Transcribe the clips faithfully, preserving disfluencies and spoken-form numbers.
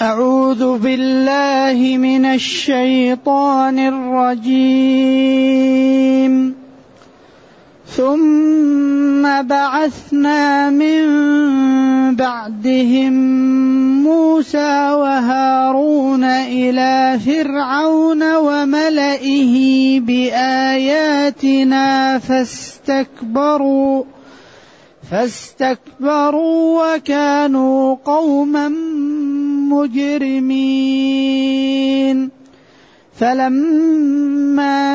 أعوذ بالله من الشيطان الرجيم. ثم بعثنا من بعدهم موسى وهارون إلى فرعون وملئه بآياتنا فاستكبروا فاستكبروا وكانوا قوما مجرمين. فلما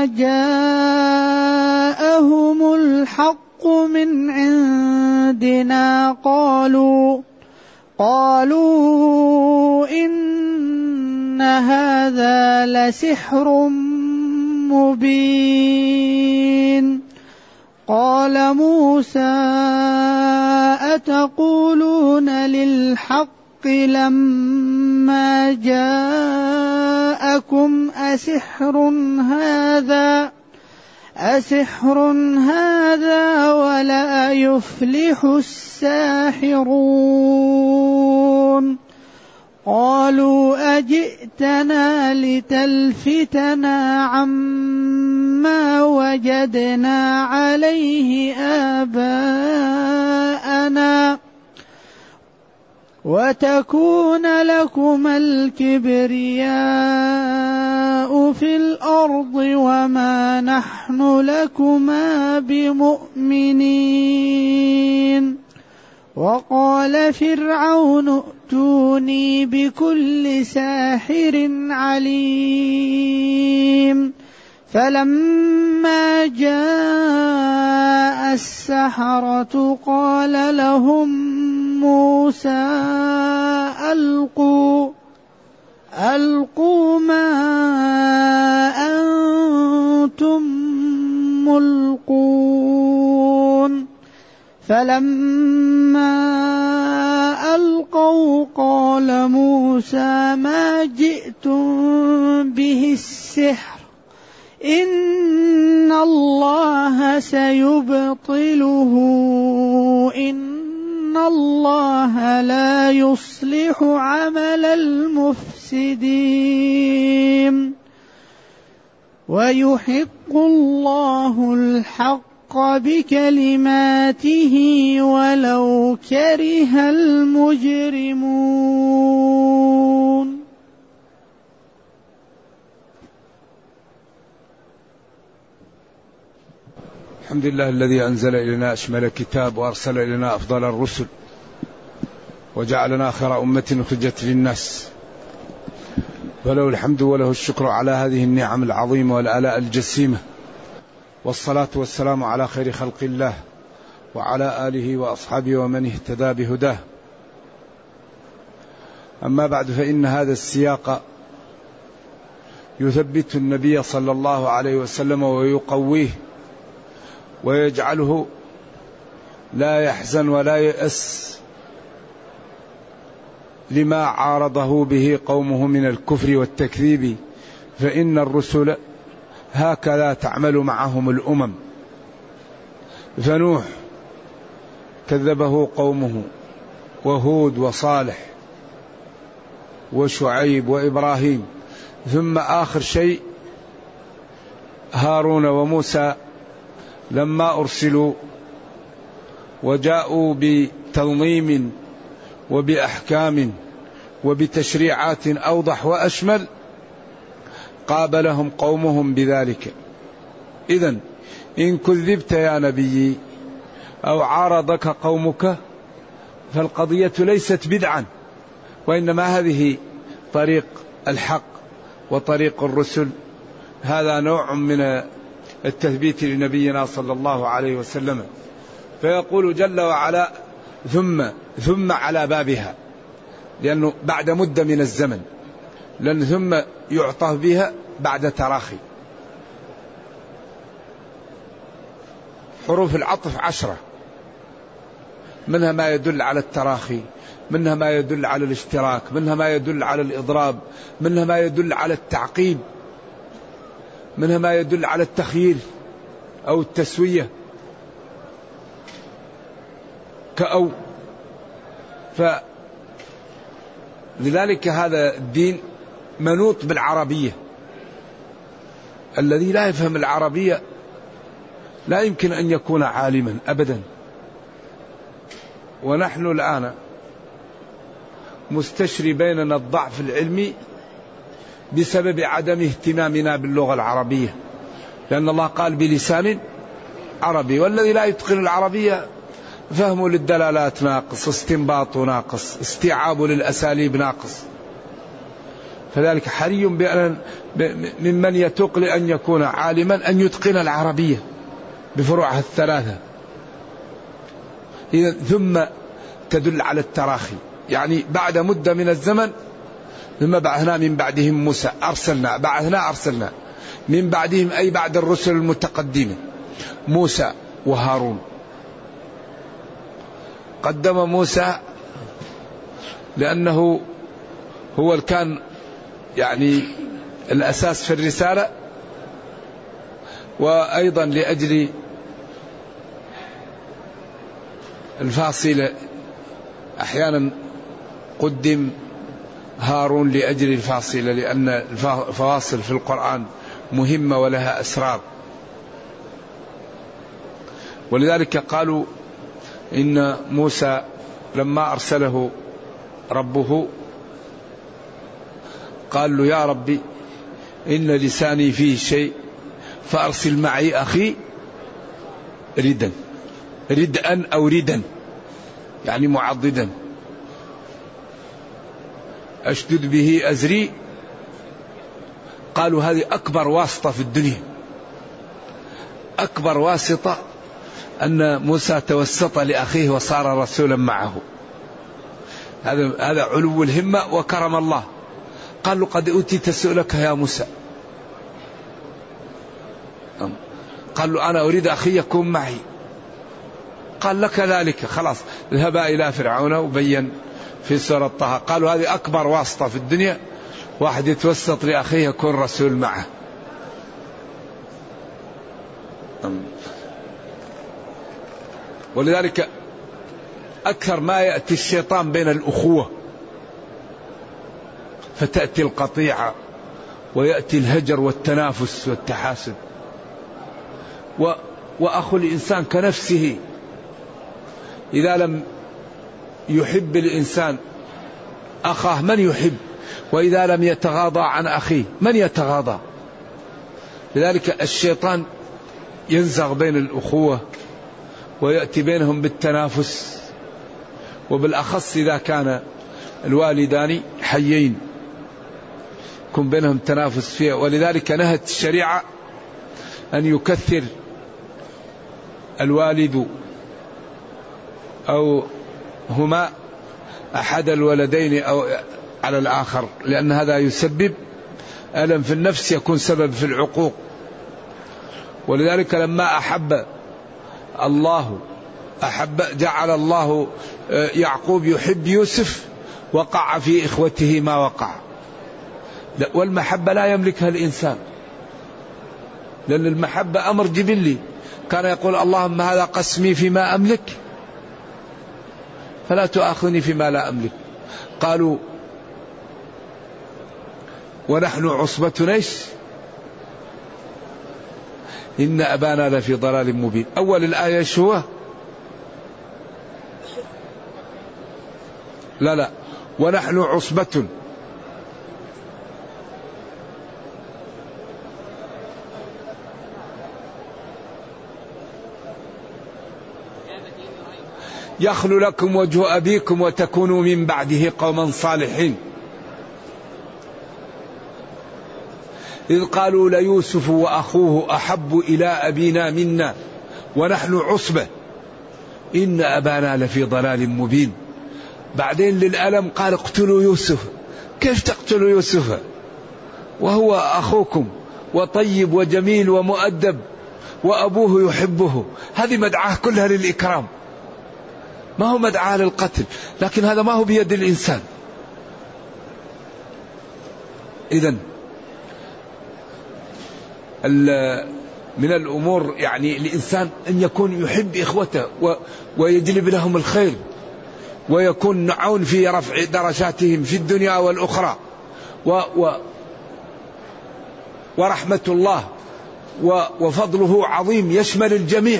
جاءهم الحق من عندنا قالوا قالوا إن هذا لسحر مبين. قال موسى أتقولون للحق لما جاءكم أسحر هذا أسحر هذا ولا يفلح الساحرون. قالوا أجئتنا لتلفتنا عما وجدنا عليه آباءنا وتكون لكما الكبرياء في الأرض وما نحن لكما بمؤمنين. وقال فرعون ائتوني بكل ساحر عليم. فلما جاء السحرة قال لهم موسى ألقوا ألقوا ما أنتم ملقون. فلما ألقوا قال موسى ما جئتم به السحر إن الله سيبطله إن الله لا يصلح عمل المفسدين ويحق الله الحق بكلماته ولو كره المجرمون. الحمد لله الذي أنزل إلينا أشمل الكتاب وأرسل إلينا أفضل الرسل وجعلنا خير أمة أخرجت للناس، فله الحمد وله الشكر على هذه النعم العظيمة والآلاء الجسيمة، والصلاة والسلام على خير خلق الله وعلى آله وأصحابه ومن اهتدى بهداه. أما بعد، فإن هذا السياق يثبت النبي صلى الله عليه وسلم ويقويه ويجعله لا يحزن ولا يأس لما عارضه به قومه من الكفر والتكذيب، فإن الرسل هكذا تعمل معهم الأمم. فنوح كذبه قومه، وهود وصالح وشعيب وإبراهيم، ثم آخر شيء هارون وموسى لما أرسلوا وجاءوا بتنظيم وبأحكام وبتشريعات أوضح وأشمل قابلهم قومهم بذلك. إذن إن كذبت يا نبي أو عارضك قومك فالقضية ليست بدعا، وإنما هذه طريق الحق وطريق الرسل. هذا نوع من التثبيت لنبينا صلى الله عليه وسلم. فيقول جل وعلا ثم ثم على بابها، لأنه بعد مدة من الزمن، لأن ثم يعطى بها بعد تراخي. حروف العطف عشرة، منها ما يدل على التراخي، منها ما يدل على الاشتراك، منها ما يدل على الإضراب، منها ما يدل على التعقيب، منها ما يدل على التخيير أو التسوية كأو. لذلك هذا الدين منوط بالعربية. الذي لا يفهم العربية لا يمكن أن يكون عالما أبدا. ونحن الآن مستشري بيننا الضعف العلمي بسبب عدم اهتمامنا باللغة العربية، لأن الله قال بلسان عربي، والذي لا يتقن العربية فهمه للدلالات ناقص، استنباطه ناقص، استيعابه للأساليب ناقص. فذلك حري بأن ممن يتوق لأن يكون عالما أن يتقن العربية بفروعها الثلاثة. ثم تدل على التراخي، يعني بعد مدة من الزمن ثم بعثنا من بعدهم موسى، أرسلنا بعثنا أرسلنا من بعدهم أي بعد الرسل المتقدمة موسى وهارون. قدم موسى لأنه هو اللي كان يعني الأساس في الرسالة، وأيضا لأجل الفاصلة أحيانا قدم هارون لأجل الفاصلة، لأن الفواصل في القرآن مهمة ولها أسرار. ولذلك قالوا إن موسى لما أرسله ربه قال له: يا ربي إن لساني فيه شيء فأرسل معي أخي ردا، ردءا أو ردا يعني معضدا، أشدد به أزري. قالوا هذه أكبر واسطة في الدنيا، أكبر واسطة أن موسى توسط لأخيه وصار رسولا معه. هذا هذا علو الهمة وكرم الله. قال له: قد أوتيت سؤلك يا موسى. قال له: أنا أريد أخي يكون معي. قال: لك ذلك، خلاص اذهبا إلى فرعون. وبين في سورة طه قالوا هذه أكبر واسطة في الدنيا، واحد يتوسط لأخيه يكون رسول معه. ولذلك أكثر ما يأتي الشيطان بين الأخوة، فتأتي القطيعة ويأتي الهجر والتنافس والتحاسد. و وأخو الإنسان كنفسه، إذا لم يحب الإنسان أخاه من يحب؟ وإذا لم يتغاضى عن أخيه من يتغاضى؟ لذلك الشيطان ينزغ بين الأخوة ويأتي بينهم بالتنافس، وبالأخص إذا كان الوالدان حيين يكون بينهم تنافس فيها. ولذلك نهت الشريعة أن يكثر الوالد أو هما أحد الولدين أو على الآخر، لأن هذا يسبب ألم في النفس يكون سبب في العقوق. ولذلك لما أحب الله أحب جعل الله يعقوب يحب يوسف، وقع في إخوته ما وقع. والمحبة لا يملكها الإنسان، لأن المحبة أمر جبلي. كان يقول: اللهم هذا قسمي فيما أملك فلا تؤاخذني فيما لا أملك. قالوا: ونحن عصبة ايش؟ إن أبانا لفي ضلال مبين. أول الآية شو هو؟ لا لا ونحن عصبة. يخل لكم وجه أبيكم وتكونوا من بعده قوما صالحين. إذ قالوا ليوسف وأخوه أحب إلى أبينا منا ونحن عصبة إن أبانا لفي ضلال مبين. بعدين للألم قال: اقتلوا يوسف. كيف تقتلوا يوسف وهو أخوكم وطيب وجميل ومؤدب وأبوه يحبه؟ هذه مدعاة كلها للإكرام، ما هو مدعاة للقتل، لكن هذا ما هو بيد الإنسان. إذن من الأمور يعني الإنسان أن يكون يحب إخوته ويجلب لهم الخير. ويكون نعون في رفع درجاتهم في الدنيا والأخرى، و و ورحمة الله وفضله عظيم يشمل الجميع.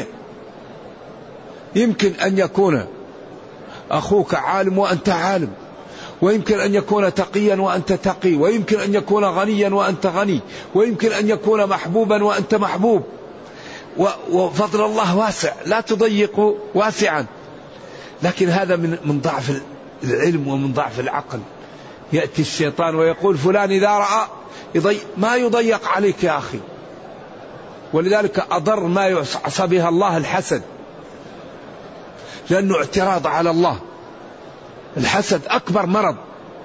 يمكن أن يكون أخوك عالم وأنت عالم، ويمكن أن يكون تقيا وأنت تقي، ويمكن أن يكون غنيا وأنت غني، ويمكن أن يكون محبوبا وأنت محبوب، وفضل الله واسع لا تضيق واسعا. لكن هذا من من ضعف العلم ومن ضعف العقل. يأتي الشيطان ويقول فلان إذا رأى يضيق، ما يضيق عليك يا أخي. ولذلك أضر ما يعصى بها الله الحسد، لأنه اعتراض على الله. الحسد أكبر مرض،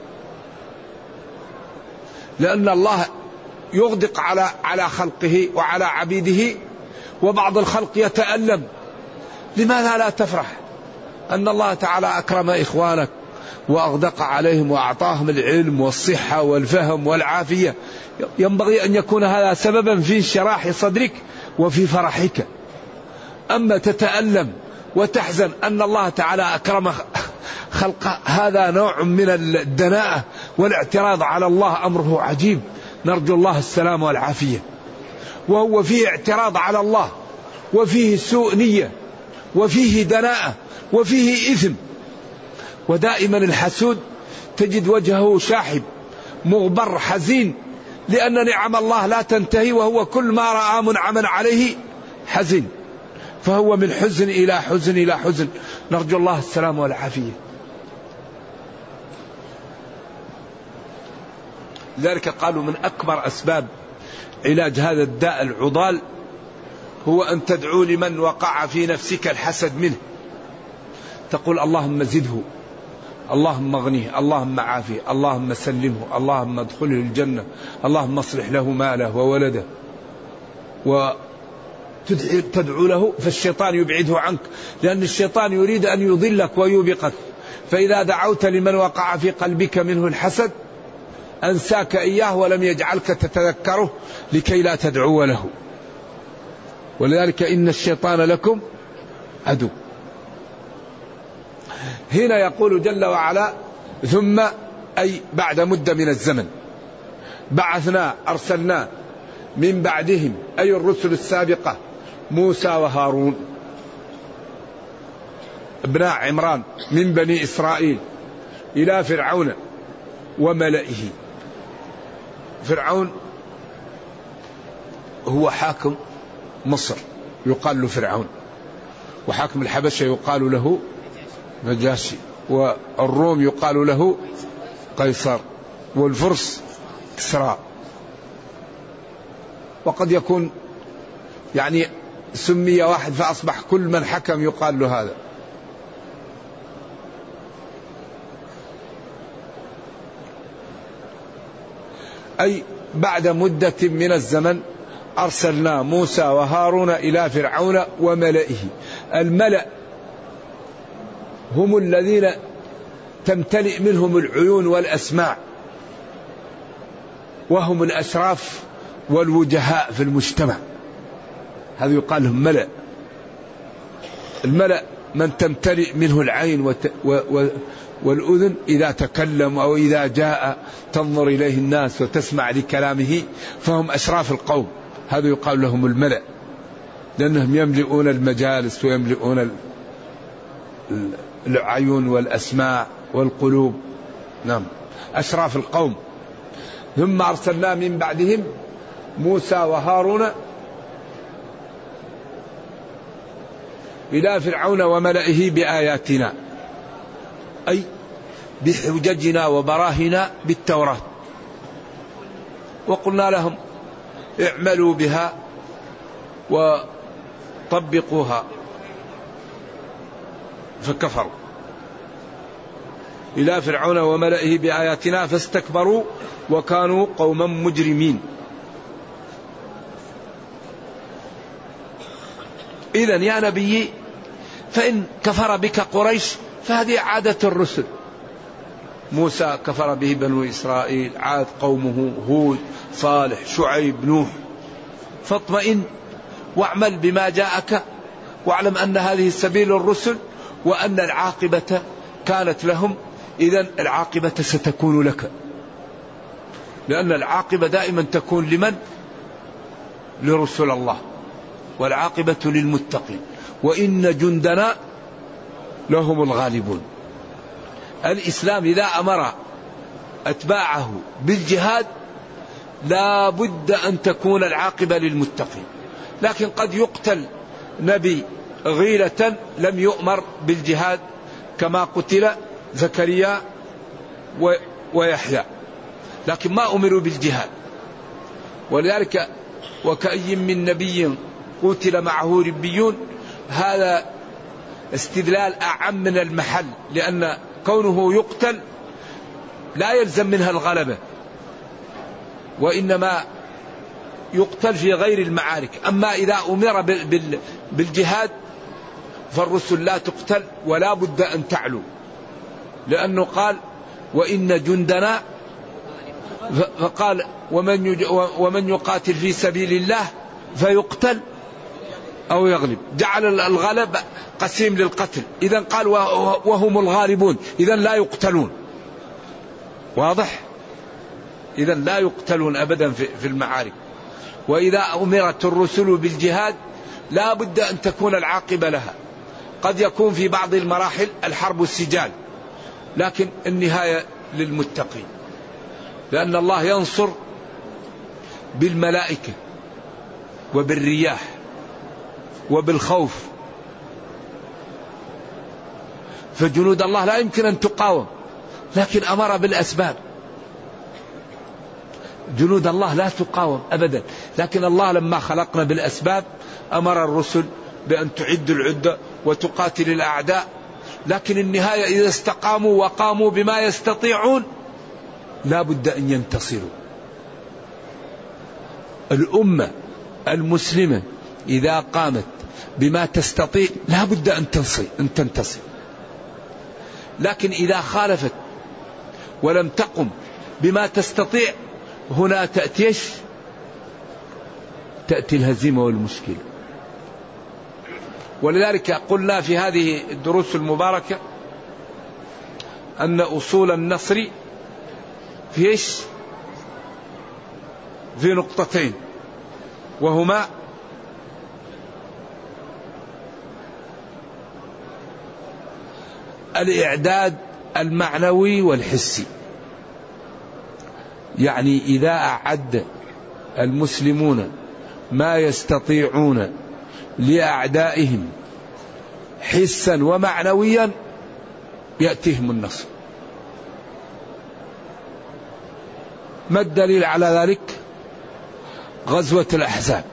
لأن الله يغدق على على خلقه وعلى عبيده، وبعض الخلق يتألم. لماذا لا تفرح أن الله تعالى أكرم إخوانك وأغدق عليهم وأعطاهم العلم والصحة والفهم والعافية؟ ينبغي أن يكون هذا سببا في انشراح صدرك وفي فرحك. أما تتألم وتحزن أن الله تعالى أكرم خلق، هذا نوع من الدناءة والاعتراض على الله، أمره عجيب. نرجو الله السلام والعافية. وهو فيه اعتراض على الله، وفيه سوء نية، وفيه دناءة، وفيه إثم. ودائما الحسود تجد وجهه شاحب مغبر حزين، لأن نعم الله لا تنتهي، وهو كل ما رأى منعما عليه حزين، فهو من حزن إلى حزن إلى حزن. نرجو الله السلام والعافية. لذلك قالوا من أكبر أسباب علاج هذا الداء العضال هو أن تدعو لمن وقع في نفسك الحسد منه، تقول اللهم زده، اللهم اغنيه، اللهم عافيه، اللهم سلمه، اللهم ادخله الجنة، اللهم اصلح له ماله وولده، وتدعو له، فالشيطان يبعده عنك، لأن الشيطان يريد أن يضلك ويوبقك. فإذا دعوت لمن وقع في قلبك منه الحسد أنساك إياه ولم يجعلك تتذكره لكي لا تدعو له. ولذلك إن الشيطان لكم عدو. هنا يقول جل وعلا ثم أي بعد مدة من الزمن بعثنا أرسلنا من بعدهم أي الرسل السابقة موسى وهارون ابناء عمران من بني إسرائيل إلى فرعون وملئه. فرعون هو حاكم مصر يقال له فرعون، وحاكم الحبشة يقال له نجاشي، والروم يقال له قيصر، والفرس كسرى. وقد يكون يعني سمي واحد فأصبح كل من حكم يقال له هذا. أي بعد مدة من الزمن أرسلنا موسى وهارون إلى فرعون وملئه. الملأ هم الذين تمتلئ منهم العيون والأسماع، وهم الأشراف والوجهاء في المجتمع، هذا يقال لهم ملأ. الملأ من تمتلئ منه العين وت... و... و... والأذن إذا تكلم أو إذا جاء تنظر إليه الناس وتسمع لكلامه، فهم أشراف القوم، هذا يقال لهم الملأ، لأنهم يملؤون المجالس ويملؤون العيون والأسماع والقلوب. نعم أشراف القوم. ثم أرسلنا من بعدهم موسى وهارون إلى فرعون وملئه بآياتنا، أي بحججنا وبراهنا بالتوراة، وقلنا لهم اعملوا بها وطبقوها فكفروا. إلى فرعون وملئه بآياتنا فاستكبروا وكانوا قوما مجرمين. إذن يا نبي فإن كفر بك قريش فهذه عادة الرسل. موسى كفر به بنو إسرائيل، عاد قومه هود صالح شعيب نوح. فاطمئن واعمل بما جاءك، واعلم أن هذه سبيل الرسل، وأن العاقبة كانت لهم إذن العاقبة ستكون لك، لأن العاقبة دائما تكون لمن؟ لرسل الله، والعاقبة للمتقين، وإن جندنا لهم الغالبون. الإسلام إذا أمر أتباعه بالجهاد لا بد أن تكون العاقبة للمتقين، لكن قد يقتل نبي غيلة لم يؤمر بالجهاد كما قتل زكريا ويحيى، لكن ما أمروا بالجهاد. ولذلك وكأي من نبي قتل معه ربيون، هذا استدلال أعم من المحل، لأن كونه يقتل لا يلزم منها الغلبة، وإنما يقتل في غير المعارك. أما إذا أمر بالجهاد فالرسل لا تقتل ولا بد أن تعلو، لأنه قال وإن جندنا، فقال ومن ومن يقاتل في سبيل الله فيقتل أو يغلب، جعل الغلب قسيم للقتل، إذا قال وهم الغالبون، إذا لا يقتلون. واضح؟ إذا لا يقتلون أبدا في المعارك. وإذا أمرت الرسل بالجهاد لا بد أن تكون العاقبة لها. قد يكون في بعض المراحل الحرب والسجال، لكن النهاية للمتقين، لأن الله ينصر بالملائكة وبالرياح وبالخوف، فجنود الله لا يمكن أن تقاوم، لكن أمر بالأسباب. جنود الله لا تقاوم أبدا، لكن الله لما خلقنا بالأسباب أمر الرسل بأن تعد العدة وتقاتل الأعداء، لكن النهاية إذا استقاموا وقاموا بما يستطيعون لا بد أن ينتصروا. الأمة المسلمة إذا قامت بما تستطيع لا بد أن تنصر أن تنتصر، لكن إذا خالفت ولم تقم بما تستطيع هنا تأتيش تأتي الهزيمة والمشكلة. ولذلك قلنا في هذه الدروس المباركة أن أصول النصر في إيش؟ في نقطتين، وهما الإعداد المعنوي والحسي. يعني إذا أعد المسلمون ما يستطيعون لأعدائهم حسا ومعنويا يأتيهم النصر. ما الدليل على ذلك؟ غزوة الأحزاب.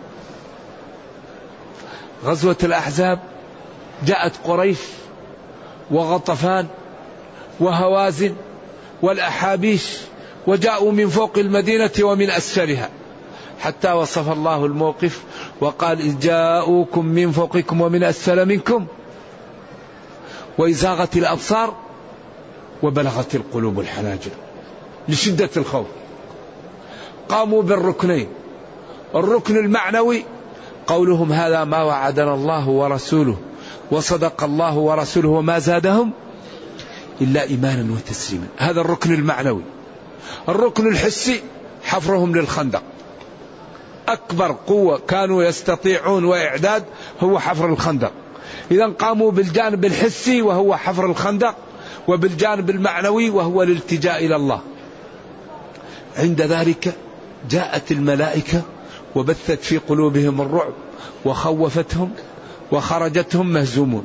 غزوة الأحزاب جاءت قريش وغطفان وهوازن والأحابيش وجاءوا من فوق المدينة ومن أسفلها، حتى وصف الله الموقف وقال إذ جاءوكم من فوقكم ومن أسفل منكم وإذ زاغت الأبصار وبلغت القلوب الحناجر لشدة الخوف. قاموا بالركنين، الركن المعنوي قولهم هذا ما وعدنا الله ورسوله وصدق الله ورسوله وما زادهم إلا إيمانا وتسليما، هذا الركن المعنوي. الركن الحسي حفرهم للخندق، أكبر قوة كانوا يستطيعون وإعداد هو حفر الخندق. إذا قاموا بالجانب الحسي وهو حفر الخندق، وبالجانب المعنوي وهو الالتجاء إلى الله. عند ذلك جاءت الملائكة وبثت في قلوبهم الرعب وخوفتهم وخرجتهم مهزومون،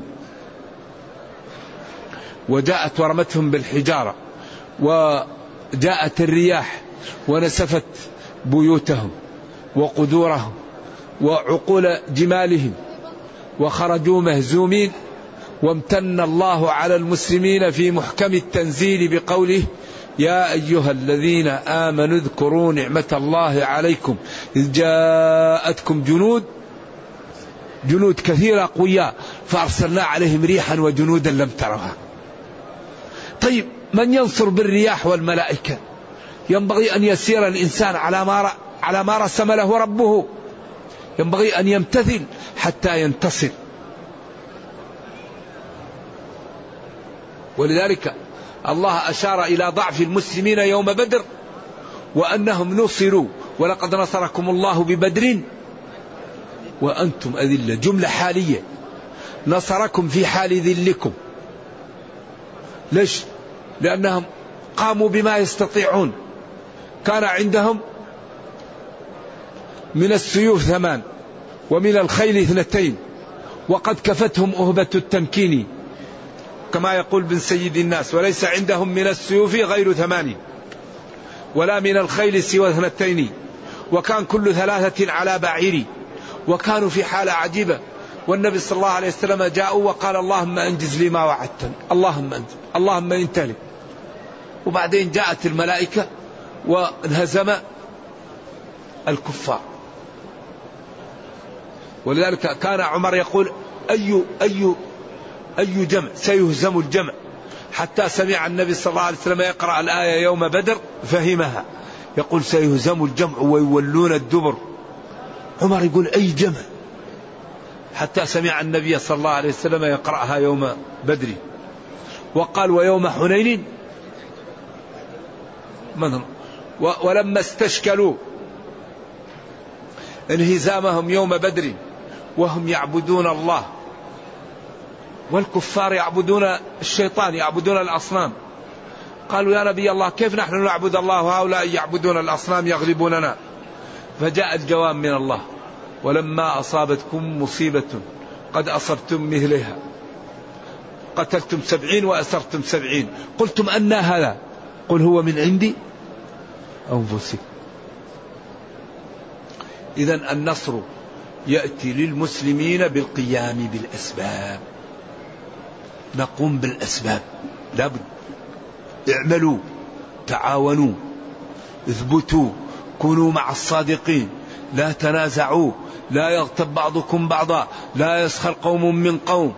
وجاءت ورمتهم بالحجارة، وجاءت الرياح ونسفت بيوتهم وقدورهم وعقول جمالهم وخرجوا مهزومين. وامتن الله على المسلمين في محكم التنزيل بقوله يا أيها الذين آمنوا اذكروا نعمة الله عليكم إذ جاءتكم جنود جنود كثيرة قوية فأرسلنا عليهم ريحا وجنودا لم تروها. طيب من ينصر بالرياح والملائكة؟ ينبغي أن يسير الإنسان على ما على ما رسم له ربه، ينبغي أن يمتثل حتى ينتصر. ولذلك الله أشار إلى ضعف المسلمين يوم بدر وأنهم نصروا ولقد نصركم الله ببدر وأنتم أذلة، جملة حالية، نصركم في حال ذلكم. ليش؟ لأنهم قاموا بما يستطيعون، كان عندهم من السيوف ثمان ومن الخيل اثنتين وقد كفتهم أهبة التمكين كما يقول بن سيد الناس، وليس عندهم من السيوف غير ثمان ولا من الخيل سوى اثنتين وكان كل ثلاثة على بعير، وكانوا في حالة عجيبة. والنبي صلى الله عليه وسلم جاءوا وقال اللهم أنجز لي ما وعدتني، اللهم أنجز، اللهم انتهي. وبعدين جاءت الملائكة وانهزم الكفار. ولذلك كان عمر يقول أي أي أي جمع سيهزم الجمع، حتى سمع النبي صلى الله عليه وسلم يقرأ الآية يوم بدر فهمها، يقول سيهزم الجمع ويولون الدبر. عمر يقول أي جمع، حتى سمع النبي صلى الله عليه وسلم يقرأها يوم بدر. وقال ويوم حنين ولما استشكلوا انهزامهم يوم بدر وهم يعبدون الله والكفار يعبدون الشيطان، يعبدون الأصنام، قالوا يا نبي الله كيف نحن نعبد الله وهؤلاء يعبدون الأصنام يغلبوننا؟ فجاء الجواب من الله ولما أصابتكم مصيبة قد أصبتم مثلها قتلتم سبعين وأسرتم سبعين قلتم أن هذا؟ قل هو من عندي أنفسكم. إذن النصر يأتي للمسلمين بالقيام بالأسباب، نقوم بالأسباب، لابد اعملوا تعاونوا اثبتوا كونوا مع الصادقين، لا تنازعوا، لا يغتب بعضكم بعضا، لا يسخر قوم من قوم.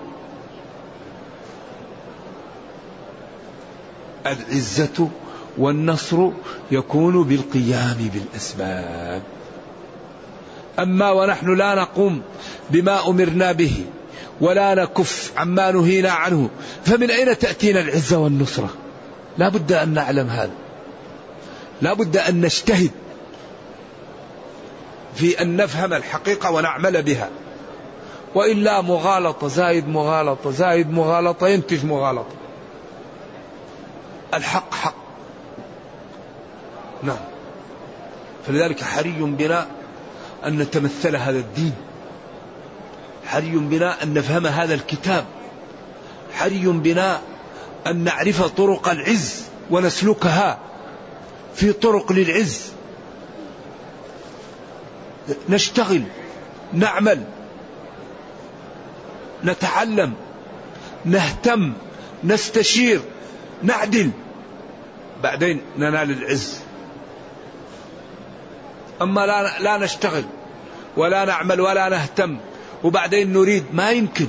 العزة والنصر يكون بالقيام بالأسباب. أما ونحن لا نقوم بما أمرنا به ولا نكف عما نهينا عنه، فمن أين تأتينا العزة والنصرة؟ لا بد أن نعلم هذا، لا بد أن نجتهد في أن نفهم الحقيقة ونعمل بها، وإلا مغالطة زايد مغالطة زايد مغالطة ينتج مغالطة. الحق حق، نعم. فلذلك حري بنا أن نتمثل هذا الدين، حري بنا أن نفهم هذا الكتاب، حري بنا أن نعرف طرق العز ونسلكها في طرق للعز، نشتغل نعمل نتعلم نهتم نستشير نعدل، بعدين ننال العز. أما لا, لا نشتغل ولا نعمل ولا نهتم وبعدين نريد، ما يمكن.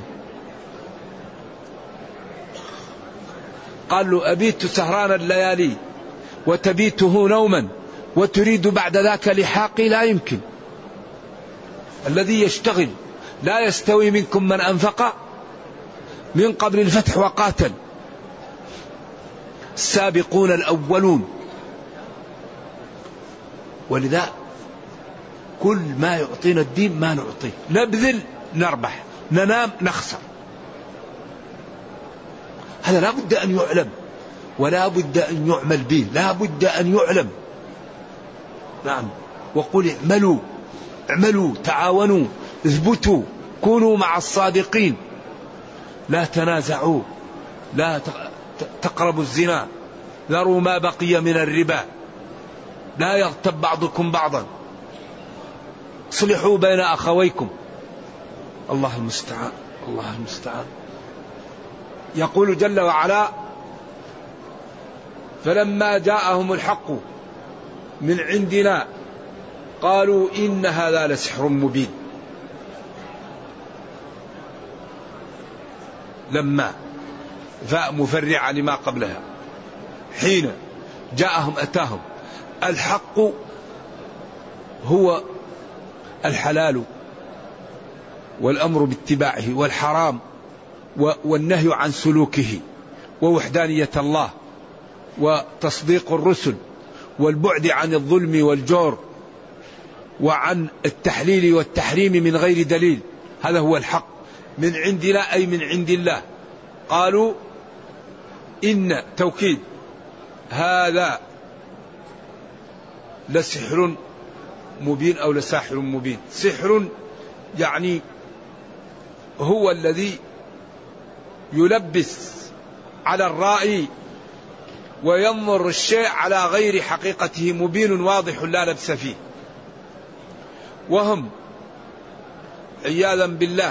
قال له أبيت سهران الليالي وتبيته نوما وتريد بعد ذاك لحاقي، لا يمكن. الذي يشتغل لا يستوي منكم من أنفق من قبل الفتح وقاتل، السابقون الأولون. ولذا كل ما يعطينا الدين ما نعطيه، نبذل نربح، ننام نخسر. هذا لا بد أن يعلم ولا بد أن يعمل به، لا بد أن يعلم. نعم. وقل اعملوا اعملوا تعاونوا اثبتوا كونوا مع الصادقين، لا تنازعوا، لا تقربوا الزنا، ذروا ما بقي من الربا، لا يغتب بعضكم بعضا، صلحوا بين أخويكم. الله المستعان، الله المستعان. يقول جل وعلا فلما جاءهم الحق من عندنا قالوا إن هذا لسحر مبين. لما فاء مفرعة لما قبلها، حين جاءهم أتاهم الحق هو الحلال والأمر باتباعه، والحرام والنهي عن سلوكه، ووحدانية الله وتصديق الرسل والبعد عن الظلم والجور وعن التحليل والتحريم من غير دليل. هذا هو الحق من عندنا أي من عند الله. قالوا إن توكيد هذا لسحر مبين أو لساحر مبين. سحر يعني هو الذي يلبس على الرائي وينظر الشيء على غير حقيقته، مبين واضح لا لبس فيه. وهم عياذا بالله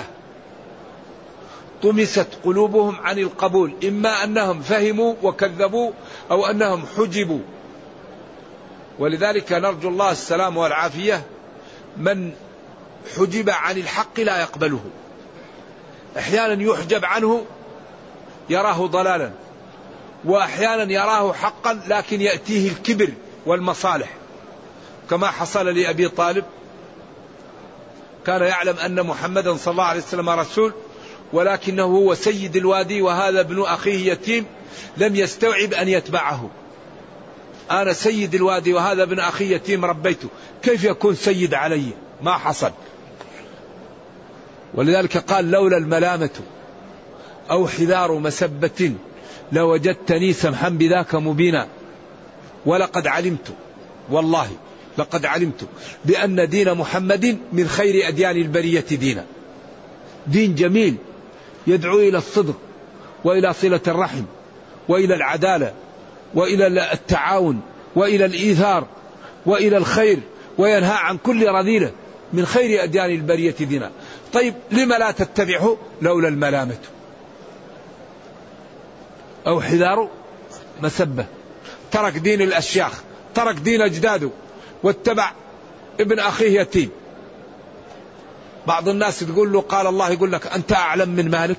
طمست قلوبهم عن القبول، إما أنهم فهموا وكذبوا أو أنهم حجبوا. ولذلك نرجو الله السلام والعافية. من حجب عن الحق لا يقبله. أحيانا يحجب عنه يراه ضلالا، وأحيانا يراه حقا لكن يأتيه الكبر والمصالح، كما حصل لأبي طالب. كان يعلم أن محمدا صلى الله عليه وسلم رسول، ولكنه هو سيد الوادي وهذا ابن أخيه يتيم، لم يستوعب أن يتبعه. أنا سيد الوادي وهذا ابن أخي يتيم ربيته، كيف يكون سيد علي؟ ما حصل. ولذلك قال لولا الملامة أو حذار مسبة لوجدتني سمحا بذاك مبينا. ولقد علمت، والله لقد علمت بأن دين محمد من خير أديان البرية دينا، دين جميل يدعو إلى الصدق وإلى صلة الرحم وإلى العدالة وإلى التعاون وإلى الإيثار وإلى الخير، وينهى عن كل رذيلة، من خير أديان البرية دينا. طيب لما لا تتبعه؟ لولا الملامة أو حذار مسبة. ترك دين الأشياخ، ترك دين أجداده، واتبع ابن أخيه يتيم. بعض الناس تقول له قال الله، يقول لك أنت أعلم من مالك؟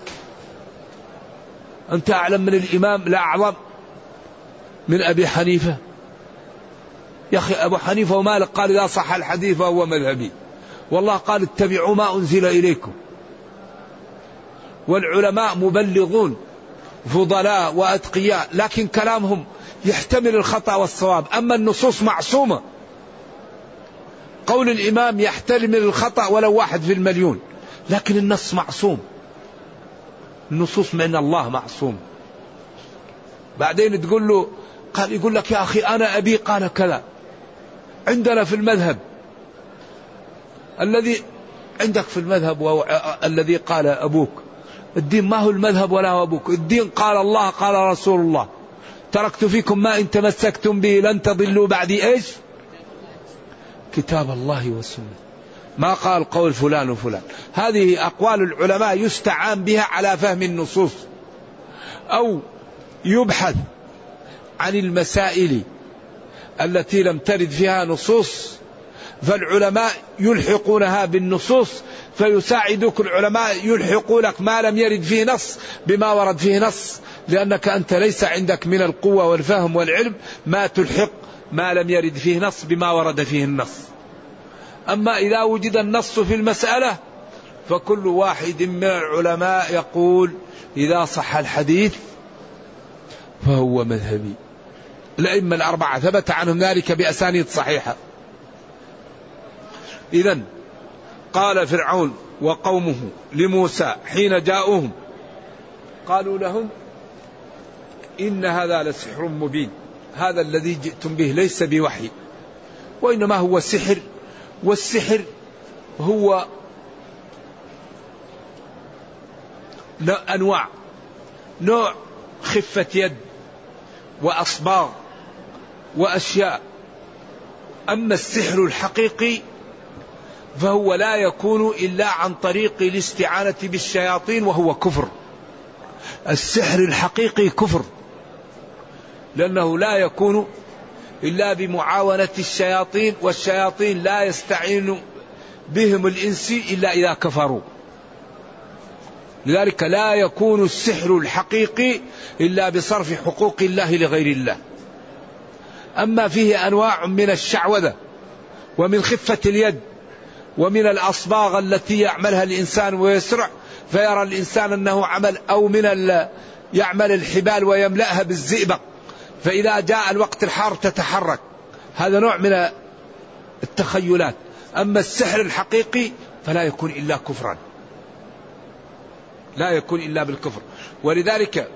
أنت أعلم من الإمام الأعظم من أبي حنيفة؟ يا أخي أبو حنيفة ومالك قال إذا صح الحديث فهو مذهبي، والله قال اتبعوا ما أنزل إليكم. والعلماء مبلغون فضلاء وأتقياء، لكن كلامهم يحتمل الخطأ والصواب. أما النصوص معصومة، قول الإمام يحتمل الخطأ ولو واحد في المليون، لكن النص معصوم. النصوص من الله معصوم. بعدين تقول له قال، يقول لك يا أخي أنا أبي قال كذا. عندنا في المذهب الذي عندك في المذهب والذي قال أبوك، الدين ما هو المذهب ولا هو أبوك. الدين قال الله قال رسول الله، تركت فيكم ما إن تمسكتم به لن تضلوا بعدي إيش؟ كتاب الله والسنة. ما قال قول فلان وفلان. هذه أقوال العلماء يستعان بها على فهم النصوص، أو يبحث عن المسائل التي لم ترد فيها نصوص، فالعلماء يلحقونها بالنصوص، فيساعدك العلماء يلحقوا لك ما لم يرد فيه نص بما ورد فيه نص، لأنك أنت ليس عندك من القوة والفهم والعلم ما تلحق ما لم يرد فيه نص بما ورد فيه النص. أما إذا وجد النص في المسألة فكل واحد من العلماء يقول إذا صح الحديث فهو مذهبي. الأئمة الأربعة ثبت عنهم ذلك بأسانيد صحيحة. إذن قال فرعون وقومه لموسى حين جاءوهم، قالوا لهم إن هذا لسحر مبين، هذا الذي جئتم به ليس بوحي وإنما هو سحر. والسحر هو أنواع، نوع خفة يد وأصباغ وأشياء. أما السحر الحقيقي فهو لا يكون إلا عن طريق الاستعانة بالشياطين، وهو كفر. السحر الحقيقي كفر، لأنه لا يكون إلا بمعاونة الشياطين، والشياطين لا يستعين بهم الإنس إلا إذا كفروا. لذلك لا يكون السحر الحقيقي إلا بصرف حقوق الله لغير الله. أما فيه أنواع من الشعوذة ومن خفة اليد ومن الأصباغ التي يعملها الإنسان ويسرع فيرى الإنسان أنه عمل، أو من يعمل الحبال ويملأها بالزئبق، فإذا جاء الوقت الحار تتحرك. هذا نوع من التخيلات. أما السحر الحقيقي فلا يكون إلا كفرا، لا يكون إلا بالكفر. ولذلك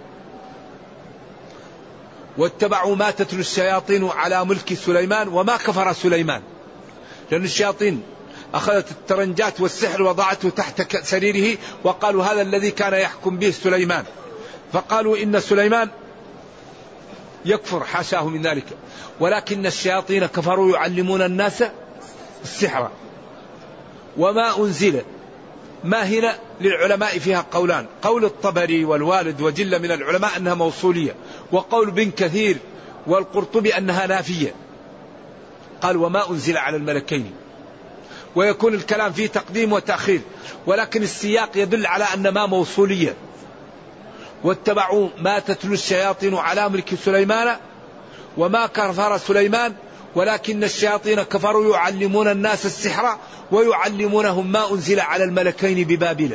واتبعوا ما تتلو الشياطين على ملك سليمان وما كفر سليمان، لأن الشياطين أخذت الترنجات والسحر وضعته تحت سريره وقالوا هذا الذي كان يحكم به سليمان، فقالوا إن سليمان يكفر، حاشاه من ذلك. ولكن الشياطين كفروا يعلمون الناس السحر وما أنزل. ما هنا للعلماء فيها قولان، قول الطبري والوالد وجل من العلماء أنها موصولية، وقول بن كثير والقرطبي أنها نافية. قال وما أنزل على الملكين، ويكون الكلام فيه تقديم وتأخير، ولكن السياق يدل على أن ما موصولية. واتبعوا ما تتلو الشياطين على ملك سليمان وما كفر سليمان ولكن الشياطين كفروا يعلمون الناس السحر ويعلمونهم ما أنزل على الملكين ببابل،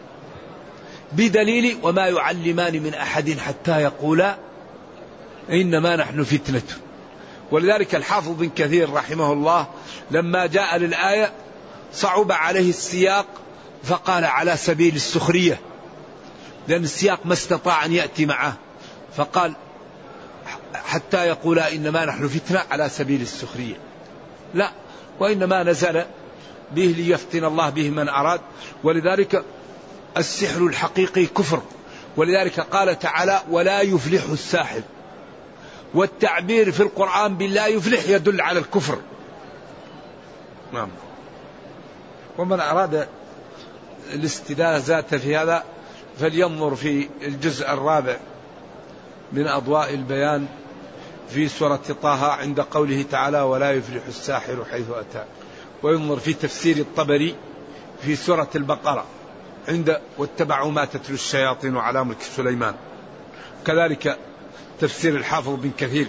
بدليل وما يعلمان من أحد حتى يقولا إنما نحن فتنة. ولذلك الحافظ بن كثير رحمه الله لما جاء للآية صعب عليه السياق فقال على سبيل السخرية، لأن السياق ما استطاع أن يأتي معه، فقال حتى يقول إنما نحن فتنة على سبيل السخرية، لا، وإنما نزل به ليفتن الله به من أراد. ولذلك السحر الحقيقي كفر، ولذلك قال تعالى ولا يفلح الساحر، والتعبير في القرآن باللا يفلح يدل على الكفر. نعم. ومن أراد الاستدازات في هذا فلينظر في الجزء الرابع من أضواء البيان في سورة طه عند قوله تعالى ولا يفلح الساحر حيث أتى، وينظر في تفسير الطبري في سورة البقرة عند واتبعوا ما تتلو الشياطين على ملك سليمان، كذلك تفسير الحافظ بن كثير.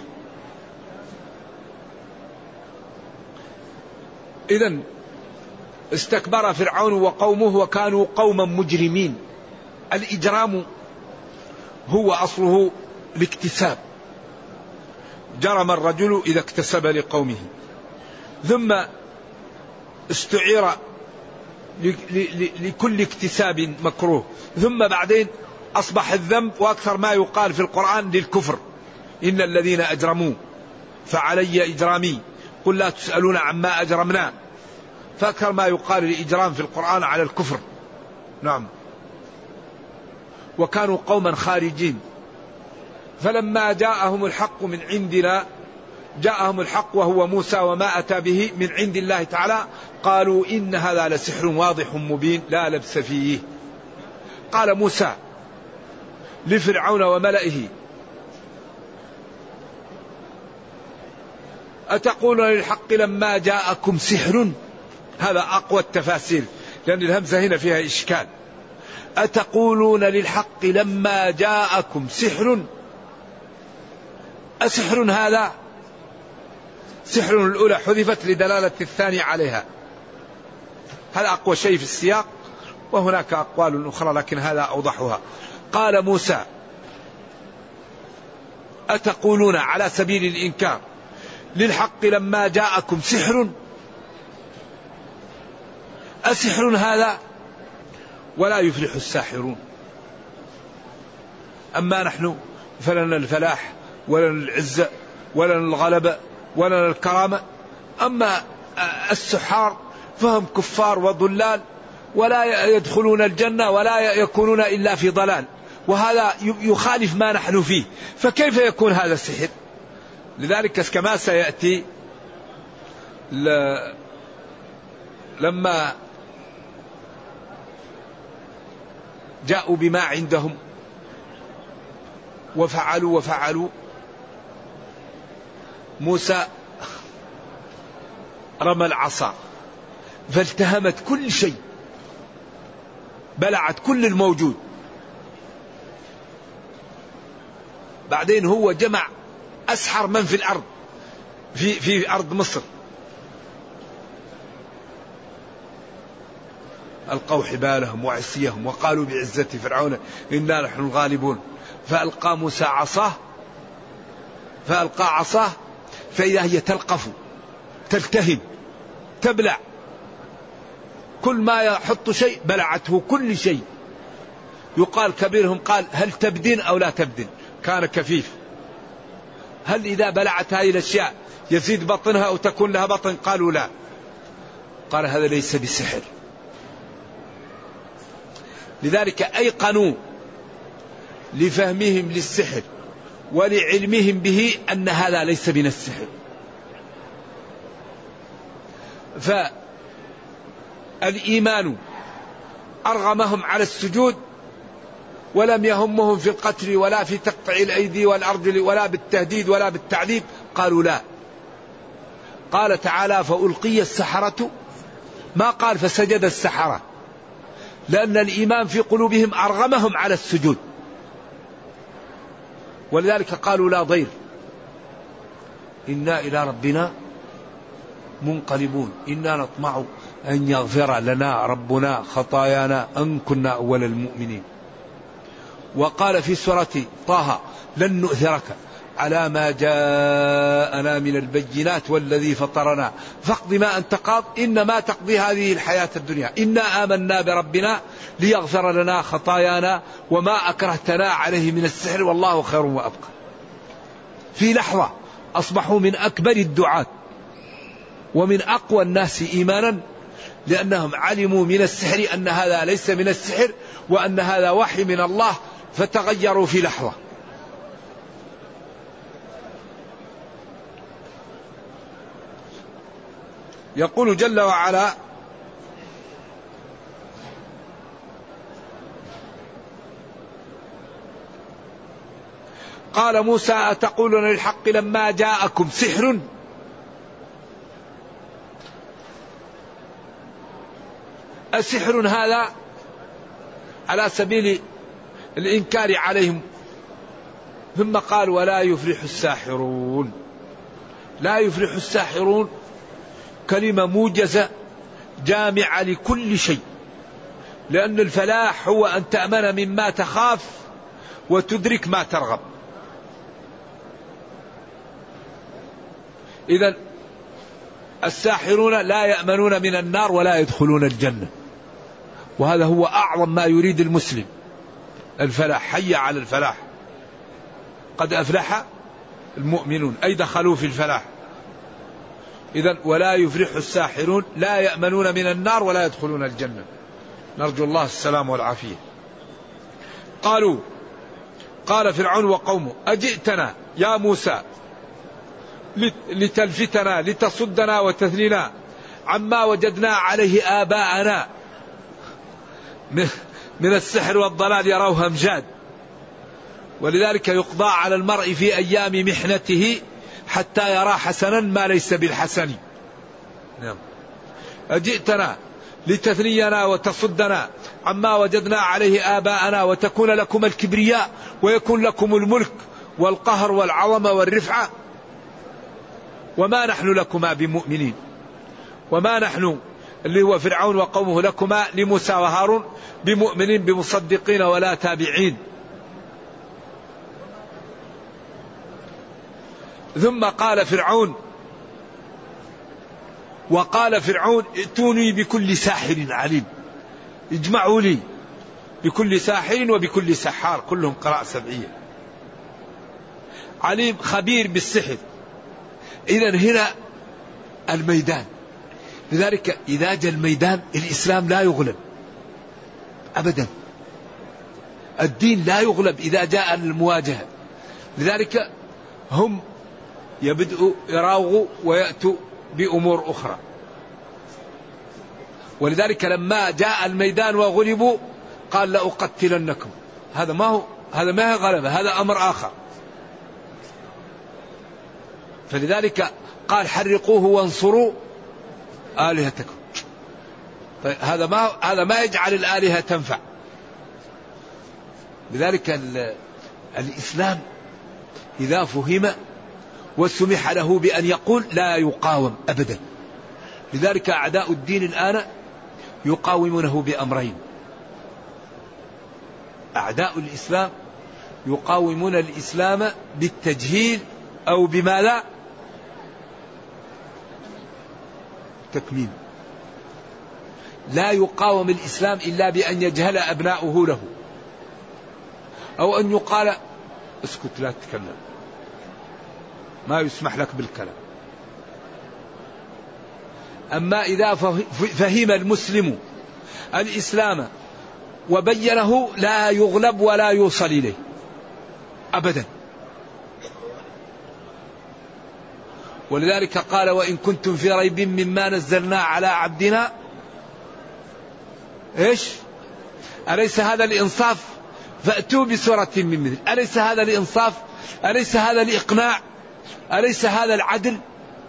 إذن استكبر فرعون وقومه وكانوا قوما مجرمين. الإجرام هو أصله الاكتساب، جرم الرجل إذا اكتسب لقومه، ثم استعير لكل اكتساب مكروه، ثم بعدين أصبح الذنب، وأكثر ما يقال في القرآن للكفر، إن الذين أجرموا فعلي إجرامي قل لا تسألون عما أجرمنا، فأكثر ما يقال الإجرام في القرآن على الكفر. نعم. وكانوا قوما خارجين، فلما جاءهم الحق من عندنا، جاءهم الحق وهو موسى وما أتى به من عند الله تعالى، قالوا إن هذا لسحر واضح مبين لا لبس فيه. قال موسى لفرعون وملئه أتقولون للحق لما جاءكم سحر، هذا أقوى التفاسير لأن الهمزة هنا فيها إشكال. أتقولون للحق لما جاءكم سحر، أسحر هذا؟ سحر الأولى حذفت لدلالة الثاني عليها، هذا أقوى شيء في السياق، وهناك أقوال أخرى لكن هذا أوضحها. قال موسى أتقولون على سبيل الإنكار للحق لما جاءكم سحر، أسحر هذا؟ ولا يفلح الساحرون. أما نحن فلنا الفلاح ولنا العزة ولنا الغلبة ولنا الكرامة، أما السحار فهم كفار وضلال ولا يدخلون الجنة ولا يكونون إلا في ضلال، وهذا يخالف ما نحن فيه، فكيف يكون هذا السحر؟ لذلك كما سيأتي لما جاءوا بما عندهم وفعلوا وفعلوا، موسى رمى العصا فالتهمت كل شيء، بلعت كل الموجود. بعدين هو جمع أسحر من في الأرض في, في أرض مصر، ألقوا حبالهم وعصيهم وقالوا بعزة فرعون إنا نحن الغالبون، فألقى موسى عصاه فألقى عصاه فإذا هي تلقف تلتهم تبلع، كل ما يحط شيء بلعته كل شيء. يقال كبيرهم قال هل تبدن أو لا تبدن، كان كفيف. هل إذا بلعت هذه الأشياء يزيد بطنها أو تكون لها بطن؟ قالوا لا. قال هذا ليس بسحر. لذلك أيقنوا لفهمهم للسحر ولعلمهم به أن هذا ليس من السحر. فالإيمان أرغمهم على السجود، ولم يهمهم في القتل ولا في تقطع الأيدي والأرجل ولا بالتهديد ولا بالتعذيب. قالوا لا. قال تعالى فألقي السحرة، ما قال فسجد السحرة، لأن الإيمان في قلوبهم أرغمهم على السجود، ولذلك قالوا لا ضير إنا إلى ربنا منقلبون إنا نطمع أن يغفر لنا ربنا خطايانا أن كنا أول المؤمنين. وقال في سورة طه لن نؤثرك على ما جاءنا من البينات والذي فطرنا فاقض ما أنت قاض إنما تقضي هذه الحياة الدنيا إنا آمنا بربنا ليغفر لنا خطايانا وما أكرهتنا عليه من السحر والله خير وأبقى. في لحظة أصبحوا من أكبر الدعاة ومن أقوى الناس إيمانا، لأنهم علموا من السحر أن هذا ليس من السحر وأن هذا وحي من الله، فتغيروا في لحظة. يقول جل وعلا قال موسى أتقولون للحق لما جاءكم سحر. السحر هذا على سبيل الإنكار عليهم، ثم قال ولا يفلح الساحرون. لا يفلح الساحرون كلمة موجزة جامعة لكل شيء، لأن الفلاح هو أن تأمن مما تخاف وتدرك ما ترغب. إذن الساحرون لا يأمنون من النار ولا يدخلون الجنة، وهذا هو أعظم ما يريد المسلم، الفلاح. حي على الفلاح، قد أفلح المؤمنون أي دخلوا في الفلاح. إذن ولا يفلح الساحرون لا يأمنون من النار ولا يدخلون الجنة، نرجو الله السلام والعافية. قالوا قال فرعون وقومه أجئتنا يا موسى لتلفتنا لتصدنا وتثنينا عما وجدنا عليه آباءنا من السحر والضلال يروها مجاد. ولذلك يقضى على المرء في أيام محنته حتى يرى حسنا ما ليس بالحسن. نعم. أجئتنا لتثنينا وتصدنا عما وجدنا عليه آباءنا وتكون لكم الكبرياء ويكون لكم الملك والقهر والعظمة والرفعة وما نحن لكما بمؤمنين وما نحن اللي هو فرعون وقومه لكما لموسى وهارون بمؤمنين بمصدقين ولا تابعين. ثم قال فرعون وقال فرعون ائتوني بكل ساحر عليم. اجمعوا لي بكل ساحر وبكل سحار، كلهم قراءة سبعية. عليم خبير بالسحر. إذن هنا الميدان. لذلك إذا جاء الميدان الإسلام لا يغلب أبدا، الدين لا يغلب إذا جاء المواجهة. لذلك هم يبدأوا يراوغوا ويأتوا بأمور أخرى. ولذلك لما جاء الميدان وغلبوا قال لأقتلنكم. هذا ما هو هذا ما هي غلبة، هذا أمر آخر. فلذلك قال حرقوه وانصروا آلهتكم. طيب هذا ما هذا ما يجعل الآلهة تنفع. لذلك الإسلام إذا فهم وسمح له بأن يقول لا يقاوم أبدا. لذلك أعداء الدين الآن يقاومونه بأمرين. أعداء الإسلام يقاومون الإسلام بالتجهيل أو بما لا تكميم. لا يقاوم الإسلام إلا بأن يجهل أبناؤه له، أو أن يقال اسكت لا تتكلم، ما يسمح لك بالكلام. أما إذا فهم المسلم الإسلام وبينه لا يغلب ولا يوصل إليه أبدا. ولذلك قال وإن كنتم في ريب مما نزلنا على عبدنا إيش أليس هذا الإنصاف فأتوا بسورة من مثل، أليس هذا الإنصاف، أليس هذا الإقناع، أليس هذا العدل؟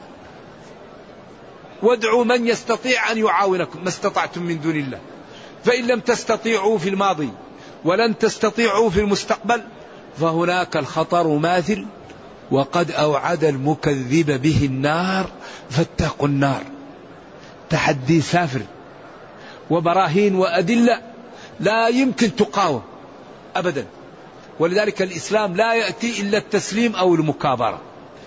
وادعوا من يستطيع أن يعاونكم ما استطعتم من دون الله، فإن لم تستطيعوا في الماضي ولن تستطيعوا في المستقبل فهناك الخطر ماثل، وقد أوعد المكذب به النار فاتقوا النار. تحدي سافر وبراهين وأدلة لا يمكن تقاوم أبدا. ولذلك الإسلام لا يأتي إلا التسليم أو المكابرة.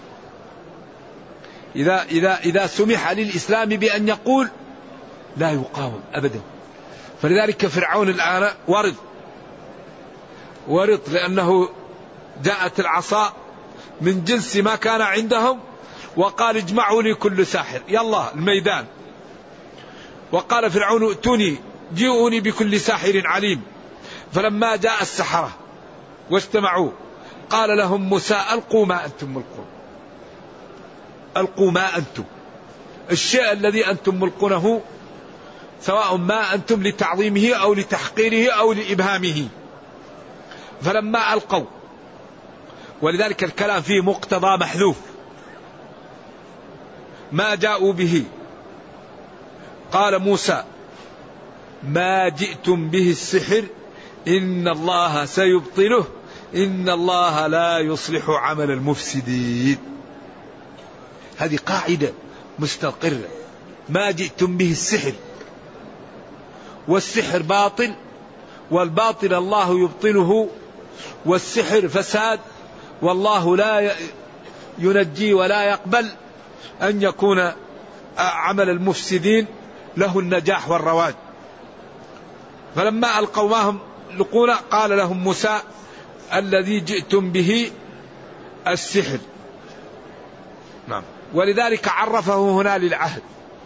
إذا, إذا, إذا سمح للإسلام بأن يقول لا يقاوم أبدا. فلذلك فرعون الآن ورد ورد لأنه جاءت العصا من جنس ما كان عندهم، وقال اجمعوا لي كل ساحر يلا الميدان. وقال فرعون ائتوني جيئوني بكل ساحر عليم. فلما جاء السحرة واجتمعوا قال لهم موسى ألقوا ما أنتم ملقون، ألقوا ما أنتم، الشيء الذي أنتم ملقونه سواء ما أنتم لتعظيمه أو لتحقيره أو لإبهامه. فلما ألقوا، ولذلك الكلام فيه مقتضى محذوف، ما جاءوا به قال موسى ما جئتم به السحر إن الله سيبطله إن الله لا يصلح عمل المفسدين. هذه قاعدة مستقرة، ما جئتم به السحر، والسحر باطل، والباطل الله يبطله، والسحر فساد، والله لا ينجي ولا يقبل أن يكون عمل المفسدين له النجاح والرواج. فلما ألقوا ما هم لقون قال لهم موسى الذي جئتم به السحر. نعم. ولذلك عرفه هنا للعهد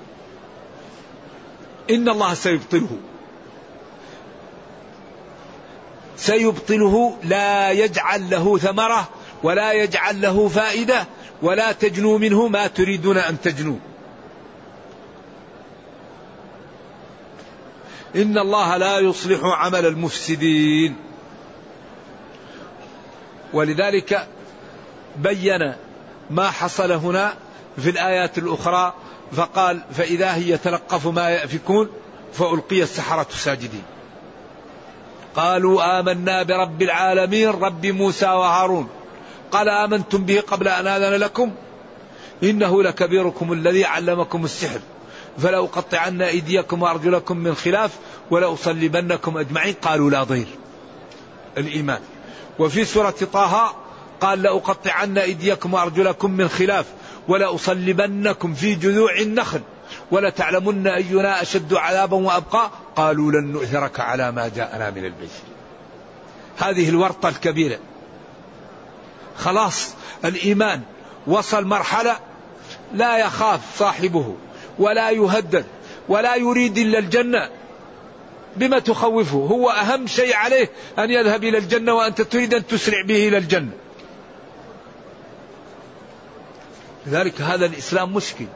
إن الله سيبطله. سيبطله لا يجعل له ثمرة ولا يجعل له فائدة ولا تجنوا منه ما تريدون أن تجنوا. إن الله لا يصلح عمل المفسدين. ولذلك بين ما حصل هنا في الآيات الأخرى فقال فإذا هي يتلقف ما يأفكون فألقي السحرة ساجدين قالوا آمنا برب العالمين رب موسى وهارون قال آمنتم به قبل أن آذن لكم إنه لكبيركم الذي علمكم السحر فلأقطعن أيديكم وأرجلكم من خلاف ولأصلبنكم أجمعين قالوا لا ضير الإيمان. وفي سورة طه قال لأقطعن أيديكم وأرجلكم من خلاف ولأصلبنكم في جذوع النخل ولتعلمن أينا أشد عذابا وأبقى قالوا لن نؤثرك على ما جاءنا من البشر. هذه الورطة الكبيرة. خلاص الإيمان وصل مرحلة لا يخاف صاحبه ولا يهدد ولا يريد إلا الجنة. بما تخوفه؟ هو أهم شيء عليه أن يذهب إلى الجنة وأنت تريد أن تسرع به إلى الجنة. لذلك هذا الإسلام مشكل.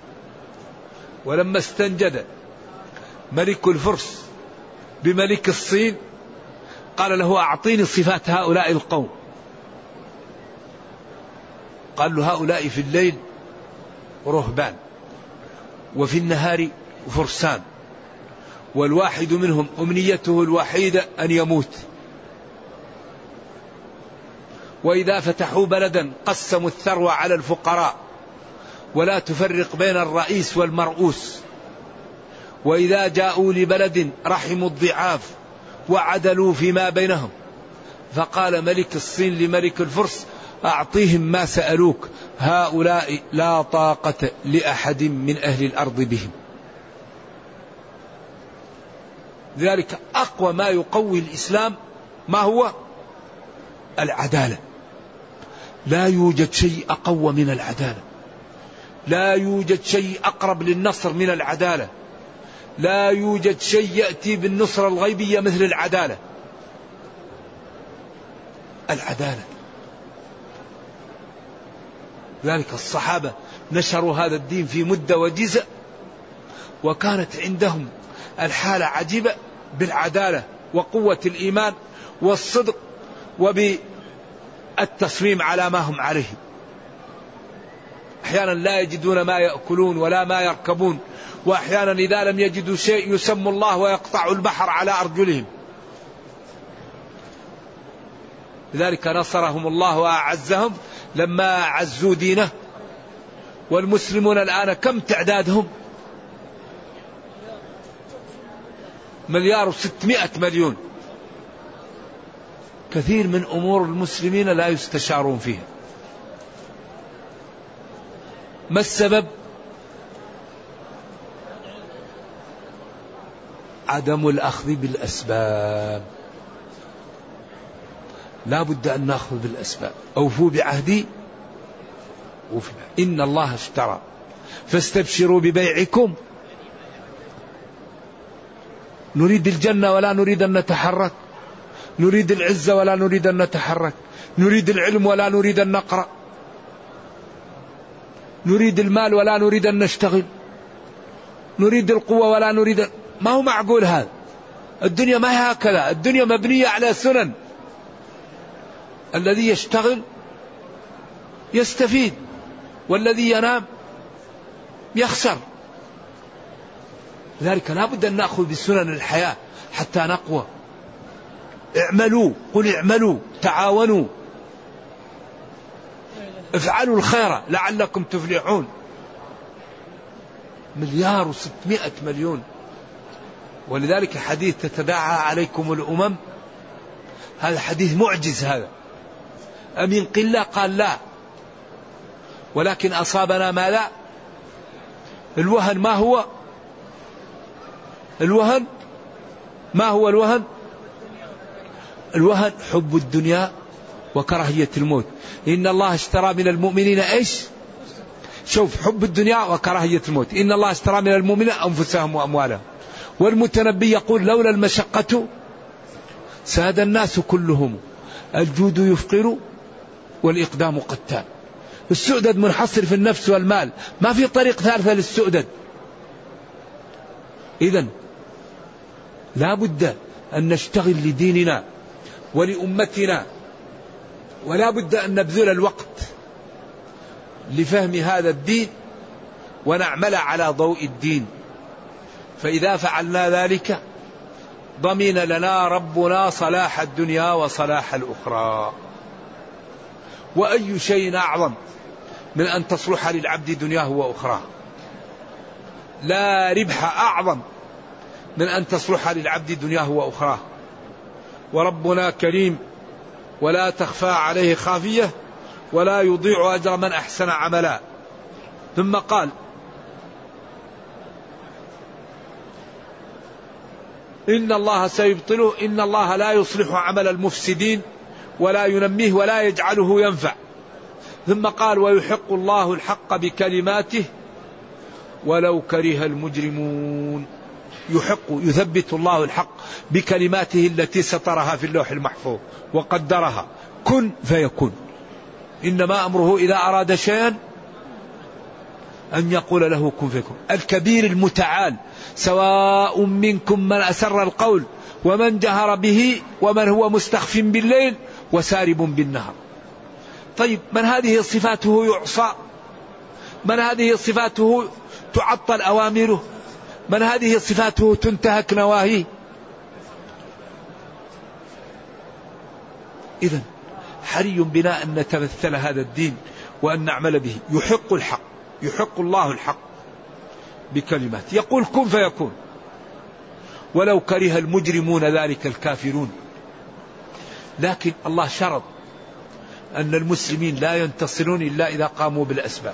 ولما استنجد ملك الفرس بملك الصين قال له أعطيني صفات هؤلاء القوم. قال له هؤلاء في الليل رهبان وفي النهار فرسان والواحد منهم أمنيته الوحيدة أن يموت وإذا فتحوا بلدا قسموا الثروة على الفقراء ولا تفرق بين الرئيس والمرؤوس وإذا جاءوا لبلد رحموا الضعاف وعدلوا فيما بينهم فقال ملك الصين لملك الفرس أعطيهم ما سألوك، هؤلاء لا طاقة لأحد من أهل الأرض بهم. لذلك أقوى ما يقوي الإسلام ما هو؟ العدالة. لا يوجد شيء أقوى من العدالة، لا يوجد شيء أقرب للنصر من العدالة، لا يوجد شيء يأتي بالنصرة الغيبية مثل العدالة. العدالة. ذلك الصحابة نشروا هذا الدين في مدة وجزء، وكانت عندهم الحالة عجيبة بالعدالة وقوة الإيمان والصدق وبالتصميم على ما هم عليه. أحيانا لا يجدون ما يأكلون ولا ما يركبون، وأحيانا إذا لم يجدوا شيء يسموا الله ويقطع البحر على أرجلهم. لذلك نصرهم الله وأعزهم لما عزوا دينه. والمسلمون الآن كم تعدادهم؟ مليار وستمائة مليون. كثير من أمور المسلمين لا يستشارون فيها. ما السبب؟ عدم الأخذ بالأسباب. لا بد أن نأخذ بالأسباب. أوفوا بعهدي أوفوا بعهدي. إن الله اشترى فاستبشروا ببيعكم. نريد الجنة ولا نريد أن نتحرك، نريد العزة ولا نريد أن نتحرك، نريد العلم ولا نريد أن نقرأ، نريد المال ولا نريد أن نشتغل، نريد القوة ولا نريد أن... ما هو معقول هذا. الدنيا ما هي هكذا، الدنيا مبنية على سنن. الذي يشتغل يستفيد، والذي ينام يخسر. لذلك لا بد أن نأخذ بسنن الحياة حتى نقوى. اعملوا، قل اعملوا، تعاونوا، افعلوا الخير لعلكم تفلحون. مليار وستمائة مليون. ولذلك حديث تتداعى عليكم الأمم، هذا حديث معجز. هذا أمن قلة؟ قال لا، ولكن أصابنا ما لا. الوهن ما هو؟ الوهن ما هو الوهن؟ الوهن حب الدنيا وكراهية الموت. إن الله اشترى من المؤمنين إيش؟ شوف، حب الدنيا وكراهية الموت. إن الله اشترى من المؤمنين أنفسهم وأموالهم. والمتنبي يقول لولا المشقة ساد الناس كلهم، الجود يفقر والإقدام قتال. السؤدد منحصر في النفس والمال، ما في طريق ثالثة للسؤدد. إذن لا بد أن نشتغل لديننا ولأمتنا، ولا بد أن نبذل الوقت لفهم هذا الدين ونعمل على ضوء الدين. فإذا فعلنا ذلك ضمن لنا ربنا صلاح الدنيا وصلاح الأخرى. وأي شيء أعظم من أن تصلح للعبد دنياه وأخراه؟ لا ربح أعظم من أن تصلح للعبد دنياه وأخراه. وربنا كريم ولا تخفى عليه خافية ولا يضيع أجر من أحسن عملا. ثم قال إن الله سيبطله، إن الله لا يصلح عمل المفسدين ولا ينميه ولا يجعله ينفع. ثم قال ويحق الله الحق بكلماته ولو كره المجرمون. يحق، يثبت الله الحق بكلماته التي سطرها في اللوح المحفوظ وقدرها، كن فيكون. إنما أمره إذا أراد شيئا أن يقول له كن فيكون. الكبير المتعال سواء منكم من أسر القول ومن جهر به ومن هو مستخف بالليل وسارب بالنهار. طيب، من هذه صفاته يعصى؟ من هذه صفاته تعطل أوامره؟ من هذه صفاته تنتهك نواهيه؟ إذن حري بنا أن نتمثل هذا الدين وأن نعمل به. يحق الحق، يحق الله الحق بكلمات، يقول كن فيكون. ولو كره المجرمون ذلك الكافرون. لكن الله شرط أن المسلمين لا ينتصرون إلا إذا قاموا بالأسباب.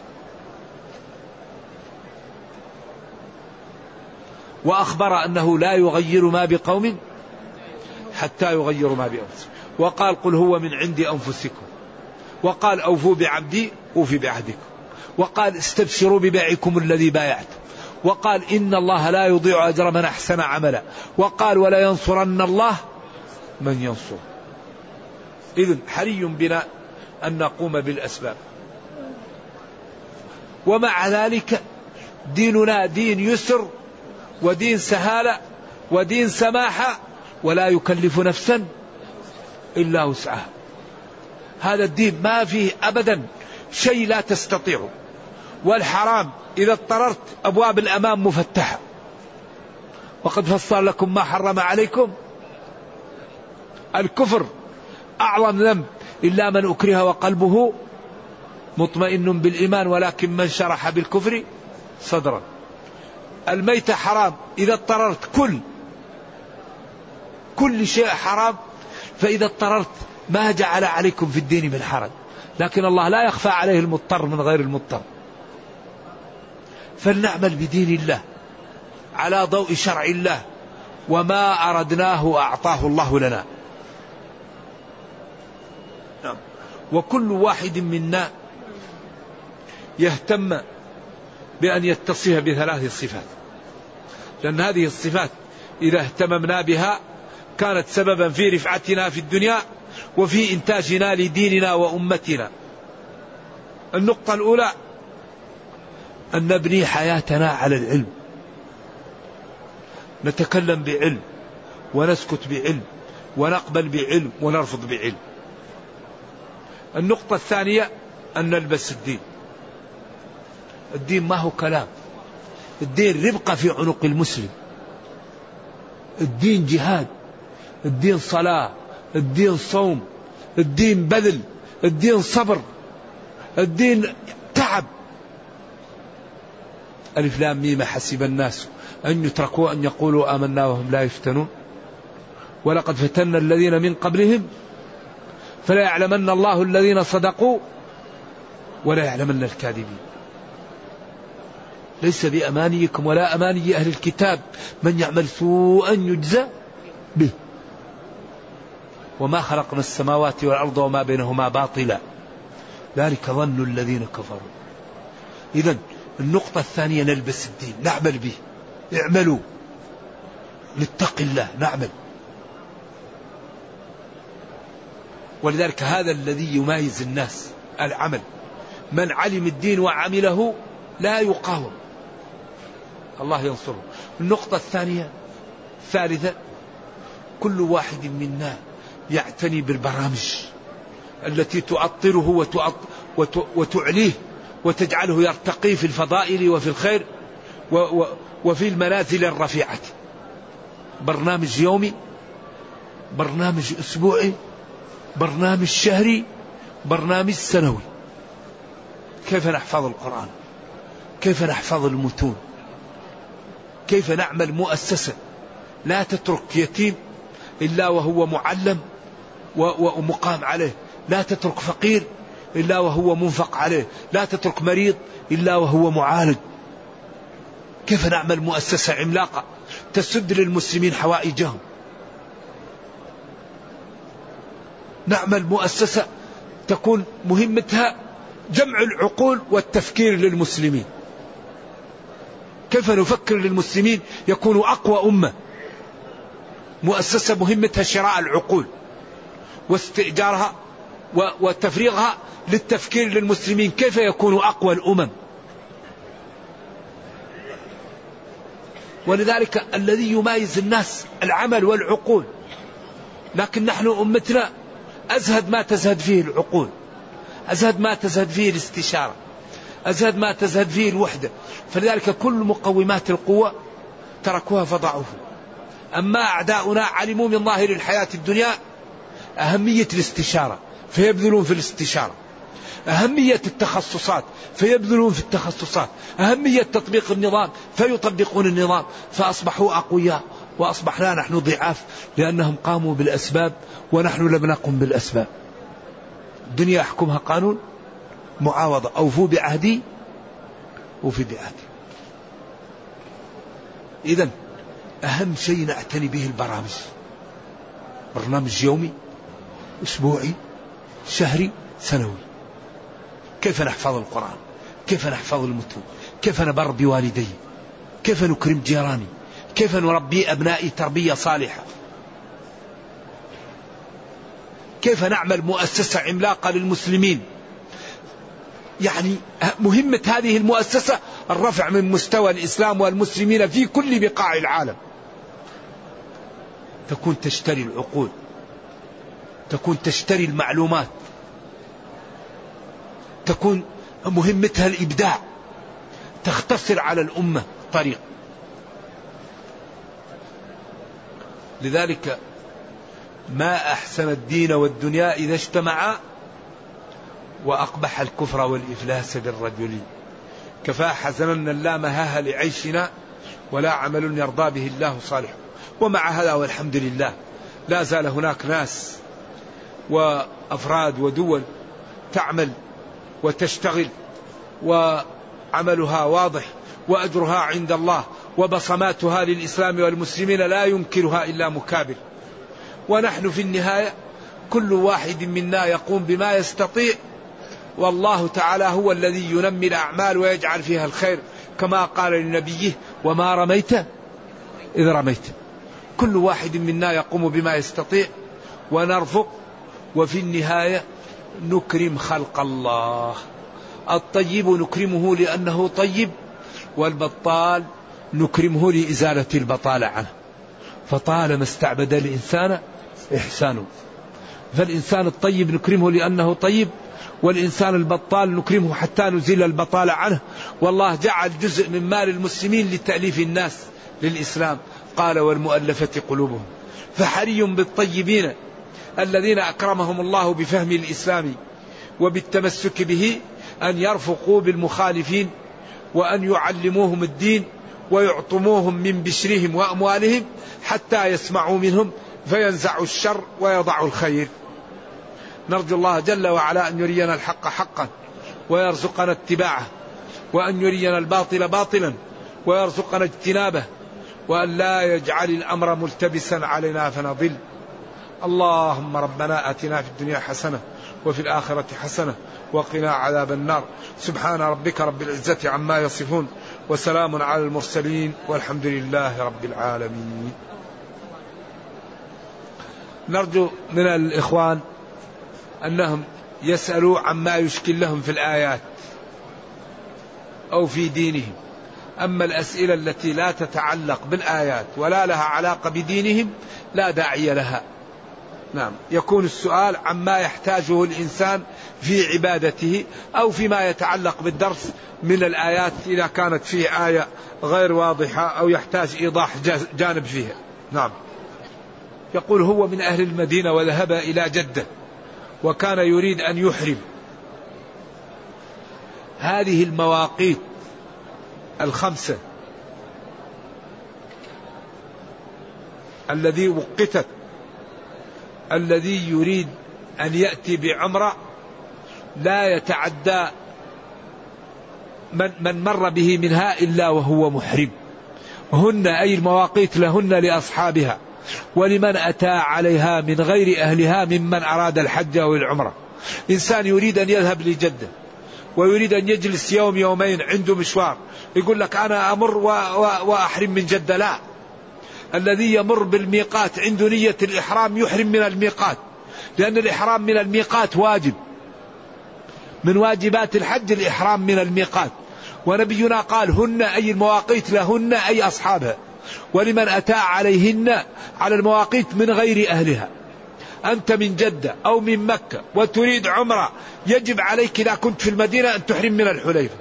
وأخبر أنه لا يغير ما بقوم حتى يغيروا ما بأنفسهم، وقال قل هو من عند أنفسكم، وقال أوفوا بعبدي أوفي بعهدكم، وقال استبشروا ببيعكم الذي بايعتم، وقال إن الله لا يضيع أجر من أحسن عملا، وقال ولا ينصرن الله من ينصر. إذن حري بنا أن نقوم بالأسباب. ومع ذلك ديننا دين يسر ودين سهالة ودين سماحة، ولا يكلف نفسا إلا وسعها. هذا الدين ما فيه أبدا شيء لا تستطيعه. والحرام إذا اضطررت أبواب الأمام مفتحة، وقد فصل لكم ما حرم عليكم. الكفر أعظم ذنب إلا من أكره وقلبه مطمئن بالإيمان ولكن من شرح بالكفر صدرا. الميتة حرام إذا اضطررت، كل كل شيء حرام، فإذا اضطررت ما جعل عليكم في الدين من حرج، لكن الله لا يخفى عليه المضطر من غير المضطر. فلنعمل بدين الله على ضوء شرع الله، وما أردناه أعطاه الله لنا. وكل واحد منا يهتم بأن يتصف بثلاث صفات، لأن هذه الصفات إذا اهتممنا بها كانت سببا في رفعتنا في الدنيا وفي إنتاجنا لديننا وأمتنا. النقطة الأولى أن نبني حياتنا على العلم، نتكلم بعلم ونسكت بعلم ونقبل بعلم ونرفض بعلم. النقطة الثانية أن نلبس الدين. الدين ما هو كلام، الدين ربقة في عنق المسلم، الدين جهاد، الدين صلاة، الدين صوم، الدين بذل، الدين صبر، الدين تعب. ألف لام ميم حسب الناس أن يتركوا أن يقولوا آمنا وهم لا يفتنون ولقد فتنا الذين من قبلهم فلا يعلمن الله الذين صدقوا ولا يعلمن الكاذبين. ليس بأمانيكم ولا أماني أهل الكتاب من يعمل سوءا يجزى به وما خلقنا السماوات والأرض وما بينهما باطلا ذلك ظن الذين كفروا. إذن النقطة الثانية نلبس الدين، نعمل به. اعملوا نتقي الله، نعمل. ولذلك هذا الذي يميز الناس العمل. من علم الدين وعمله لا يقاوم، الله ينصره. النقطة الثانية الثالثة كل واحد منا يعتني بالبرامج التي تؤطره وتعليه وتجعله يرتقي في الفضائل وفي الخير وفي المنازل الرفيعة. برنامج يومي، برنامج أسبوعي، برنامج شهري، برنامج سنوي. كيف نحفظ القرآن، كيف نحفظ المتون، كيف نعمل مؤسسة لا تترك يتيم إلا وهو معلم ومقام عليه، لا تترك فقير إلا وهو منفق عليه، لا تترك مريض إلا وهو معالج. كيف نعمل مؤسسة عملاقة تسد للمسلمين حوائجهم. نعمل مؤسسة تكون مهمتها جمع العقول والتفكير للمسلمين. كيف نفكر للمسلمين يكونوا أقوى أمة. مؤسسة مهمتها شراء العقول واستئجارها وتفريغها للتفكير للمسلمين كيف يكونوا أقوى الأمم. ولذلك الذي يميز الناس العمل والعقول، لكن نحن أمتنا أزهد ما تزهد فيه العقول، أزهد ما تزهد فيه الاستشارة، أزهد ما تزهد فيه الوحدة. فلذلك كل مقومات القوة تركوها فضعوها. أما أعداؤنا علموا من ظاهر الحياة الدنيا أهمية الاستشارة فيبذلون في الاستشارة، أهمية التخصصات فيبذلون في التخصصات، أهمية تطبيق النظام فيطبقون النظام، فأصبحوا أقوياء وأصبحنا نحن ضعاف لأنهم قاموا بالأسباب ونحن لم نقم بالأسباب. الدنيا يحكمها قانون معاوضة، أوفوا بعهدي وفي بعهدي. إذن أهم شيء نعتني به البرامج، برنامج يومي أسبوعي شهري سنوي. كيف نحفظ القرآن، كيف نحفظ المتون، كيف نبر بوالدي، كيف نكرم جيراني، كيف نربي أبنائي تربية صالحة، كيف نعمل مؤسسة عملاقة للمسلمين. يعني مهمة هذه المؤسسة الرفع من مستوى الإسلام والمسلمين في كل بقاع العالم. تكون تشتري العقول، تكون تشتري المعلومات، تكون مهمتها الإبداع، تختصر على الأمة طريق. لذلك ما أحسن الدين والدنيا إذا اجتمعا، وأقبح الكفر والإفلاس بالرجل. كفى حزنا لا مهاها لعيشنا ولا عمل يرضى به الله صالح. ومع هذا والحمد لله لا زال هناك ناس وأفراد ودول تعمل وتشتغل وعملها واضح وأجرها عند الله وبصماتها للإسلام والمسلمين لا ينكرها إلا مكابر. ونحن في النهاية كل واحد منا يقوم بما يستطيع، والله تعالى هو الذي ينمي الأعمال ويجعل فيها الخير، كما قال لنبيه وما رميت إذ رميت. كل واحد منا يقوم بما يستطيع ونرفق، وفي النهاية نكرم خلق الله. الطيب نكرمه لأنه طيب، والبطال نكرمه لإزالة البطالة عنه. فطالما استعبد الإنسان إحسانه، فالإنسان الطيب نكرمه لأنه طيب، والإنسان البطال نكرمه حتى نزيل البطالة عنه. والله جعل جزء من مال المسلمين لتأليف الناس للإسلام، قال والمؤلفة قلوبهم. فحري بالطيبين الذين أكرمهم الله بفهم الإسلام وبالتمسك به أن يرفقوا بالمخالفين، وأن يعلموهم الدين ويعطموهم من بشرهم وأموالهم حتى يسمعوا منهم فينزعوا الشر ويضعوا الخير. نرجو الله جل وعلا أن يرينا الحق حقا ويرزقنا اتباعه، وأن يرينا الباطل باطلا ويرزقنا اجتنابه، وأن لا يجعل الأمر ملتبسا علينا فنضل. اللهم ربنا آتنا في الدنيا حسنة وفي الآخرة حسنة وقنا عذاب النار. سبحان ربك رب العزة عما يصفون، وسلام على المرسلين، والحمد لله رب العالمين. نرجو من الإخوان أنهم يسألوا عما يشكل لهم في الآيات أو في دينهم. أما الأسئلة التي لا تتعلق بالآيات ولا لها علاقة بدينهم لا داعي لها. نعم، يكون السؤال عما يحتاجه الإنسان في عبادته أو فيما يتعلق بالدرس من الآيات، إذا كانت فيه آية غير واضحة أو يحتاج إيضاح جانب فيها. نعم. يقول هو من أهل المدينة وذهب إلى جدة وكان يريد أن يحرم. هذه المواقيت الخمسة الذي وقتت، الذي يريد أن يأتي بعمرة لا يتعدى من, من مر به منها إلا وهو محرم. هن أي المواقيت لهن لأصحابها، ولمن أتى عليها من غير أهلها ممن أراد الحج أو العمرة. إنسان يريد أن يذهب لجدة ويريد أن يجلس يوم يومين عنده مشوار، يقول لك أنا أمر وأحرم من جدة. لا، الذي يمر بالميقات عنده نية الإحرام يحرم من الميقات، لأن الإحرام من الميقات واجب من واجبات الحج، الإحرام من الميقات. ونبينا قال هن أي المواقيت لهن أي أصحابها، ولمن أتى عليهن على المواقيت من غير أهلها. أنت من جدة أو من مكة وتريد عمرة، يجب عليك إذا كنت في المدينة أن تحرم من الحليفة.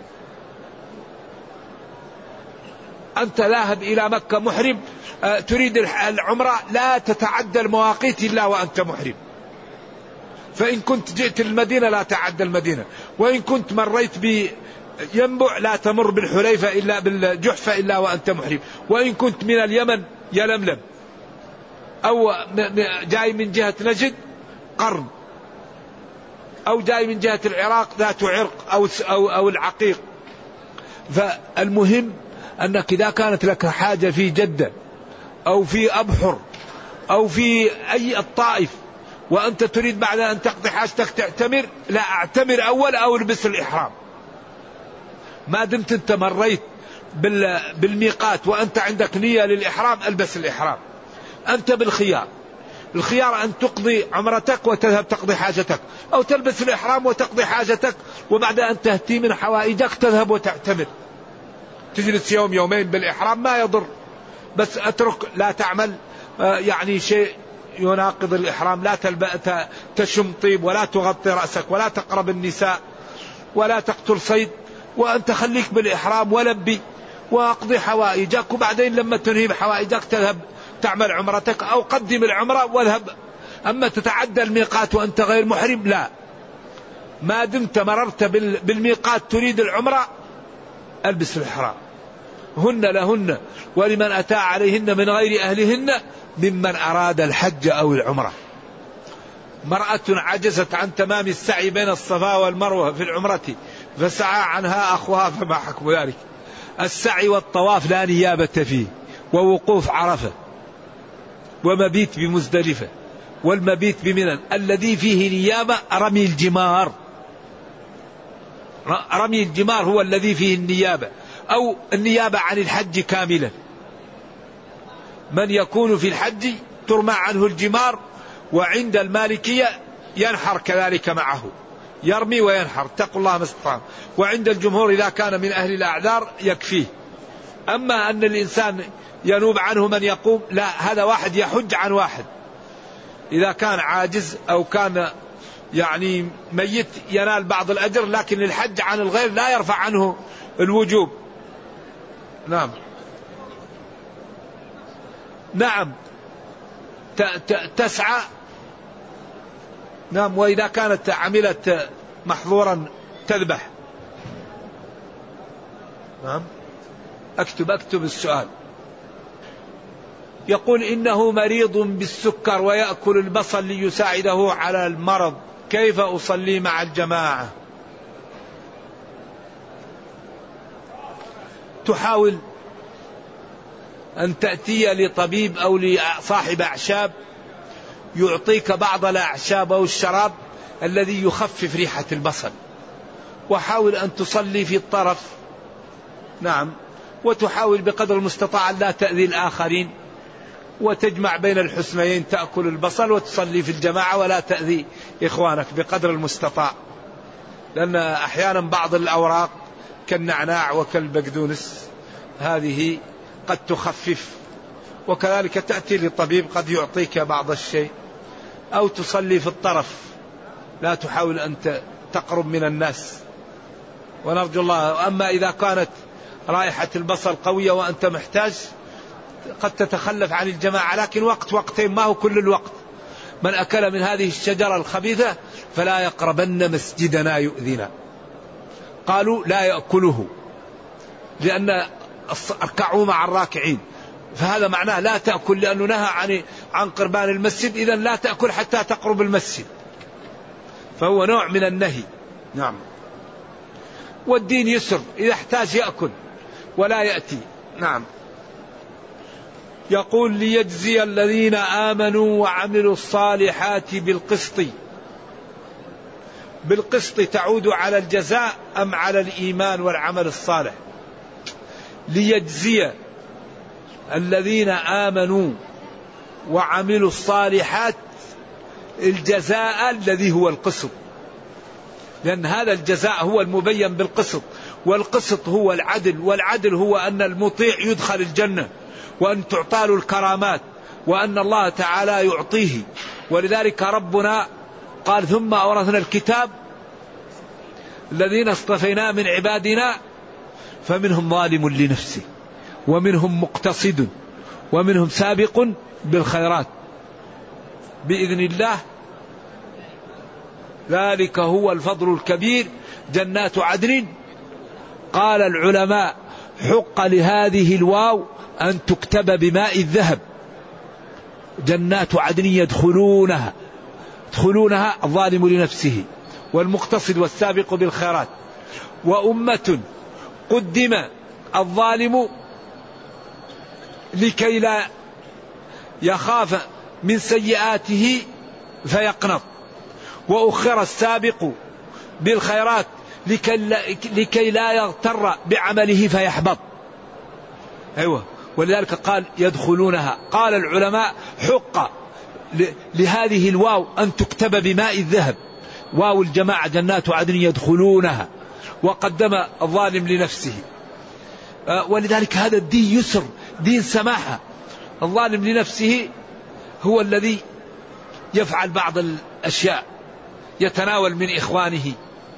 أنت ذاهب إلى مكة محرم، تريد العمرة لا تتعدى المواقيت إلا وأنت محرم. فإن كنت جئت المدينة لا تعدى المدينة، وإن كنت مريت بينبع لا تمر بالحليفة إلا بالجحفة إلا وأنت محرم، وإن كنت من اليمن يلملم، أو جاي من جهة نجد قرن، أو جاي من جهة العراق ذات عرق أو, أو, أو العقيق. فالمهم أنك إذا كانت لك حاجة في جدة أو في أبحر أو في أي الطائف وأنت تريد بعد أن تقضي حاجتك تعتمر، لا أعتمر أول أو البس الإحرام. ما دمت أنت مريت بالميقات وأنت عندك نية للإحرام البس الإحرام. أنت بالخيار، الخيار أن تقضي عمرتك وتذهب تقضي حاجتك، أو تلبس الإحرام وتقضي حاجتك وبعد أن تهتي من حوائجك تذهب وتعتمر، تجلس يوم يومين بالإحرام ما يضر، بس أترك لا تعمل يعني شيء يناقض الإحرام، لا تشم طيب ولا تغطي رأسك ولا تقرب النساء ولا تقتل صيد، وأنت خليك بالإحرام ولبي وأقضي حوائجك، وبعدين لما تنهي بحوائجك تذهب تعمل عمرتك أو قدم العمرة واذهب. أما تتعدى الميقات وأنت غير محرم لا، ما دمت مررت بالميقات تريد العمرة ألبس الإحرام. هن لهن ولمن أتى عليهن من غير أهلهن ممن أراد الحج أو العمرة. مرأة عجزت عن تمام السعي بين الصفا والمروة في العمرة فسعى عنها أخوها فما حكم ذلك؟ السعي والطواف لا نيابة فيه، ووقوف عرفة ومبيت بمزدلفة والمبيت بمنى. الذي فيه نيابة رمي الجمار، رمي الجمار هو الذي فيه النيابة، أو النيابة عن الحج كاملا. من يكون في الحج ترمى عنه الجمار، وعند المالكية ينحر كذلك معه، يرمي وينحر، اتقوا الله ما استطعتم. وعند الجمهور إذا كان من أهل الأعذار يكفيه. أما أن الإنسان ينوب عنه من يقوم، لا، هذا واحد يحج عن واحد. إذا كان عاجز أو كان يعني ميت ينال بعض الأجر، لكن الحج عن الغير لا يرفع عنه الوجوب. نعم نعم تسعى. نعم. وإذا كانت عملت محظورا تذبح. نعم. أكتب أكتب السؤال. يقول إنه مريض بالسكر ويأكل البصل ليساعده على المرض، كيف أصلي مع الجماعة؟ تحاول أن تأتي لطبيب أو لصاحب أعشاب يعطيك بعض الأعشاب أو الشراب الذي يخفف ريحة البصل، وحاول أن تصلي في الطرف. نعم. وتحاول بقدر المستطاع لا تأذي الآخرين، وتجمع بين الحسنيين، تأكل البصل وتصلي في الجماعة ولا تأذي إخوانك بقدر المستطاع، لأن أحيانا بعض الأوراق كالنعناع وكالبقدونس هذه قد تخفف. وكذلك تأتي للطبيب قد يعطيك بعض الشيء، أو تصلي في الطرف، لا تحاول أن تقرب من الناس، ونرجو الله. أما إذا كانت رائحة البصل قوية وأنت محتاج قد تتخلف عن الجماعة، لكن وقت وقتين ما هو كل الوقت. من أكل من هذه الشجرة الخبيثة فلا يقربن مسجدنا يؤذينا. قالوا لا يأكله لأن اركعوا مع الراكعين، فهذا معناه لا تأكل، لأنه نهى عن عن قربان المسجد، إذا لا تأكل حتى تقرب المسجد، فهو نوع من النهي. نعم. والدين يسر، إذا احتاج يأكل ولا يأتي. نعم. يقول ليجزي الذين آمنوا وعملوا الصالحات بالقسط. بالقسط تعود على الجزاء أم على الإيمان والعمل الصالح؟ ليجزي الذين آمنوا وعملوا الصالحات الجزاء الذي هو القسط، لأن هذا الجزاء هو المبين بالقسط، والقسط هو العدل، والعدل هو أن المطيع يدخل الجنة، وأن تعطى له الكرامات، وأن الله تعالى يعطيه. ولذلك ربنا قال ثم أورثنا الكتاب الذين اصطفينا من عبادنا فمنهم ظالم لنفسه ومنهم مقتصد ومنهم سابق بالخيرات بإذن الله، ذلك هو الفضل الكبير. جنات عدن، قال العلماء حق لهذه الواو أن تكتب بماء الذهب، جنات عدن يدخلونها، يدخلونها الظالم لنفسه والمقتصد والسابق بالخيرات. وأمة قدم الظالم لكي لا يخاف من سيئاته فيقنط، وأخر السابق بالخيرات لكي لا يغتر بعمله فيحبط. أيوة، ولذلك قال يدخلونها. قال العلماء حق لهذه الواو أن تكتب بماء الذهب، واو الجماعة جنات عدن يدخلونها، وقدم الظالم لنفسه. ولذلك هذا الدين يسر، دين سماحة. الظالم لنفسه هو الذي يفعل بعض الأشياء، يتناول من إخوانه،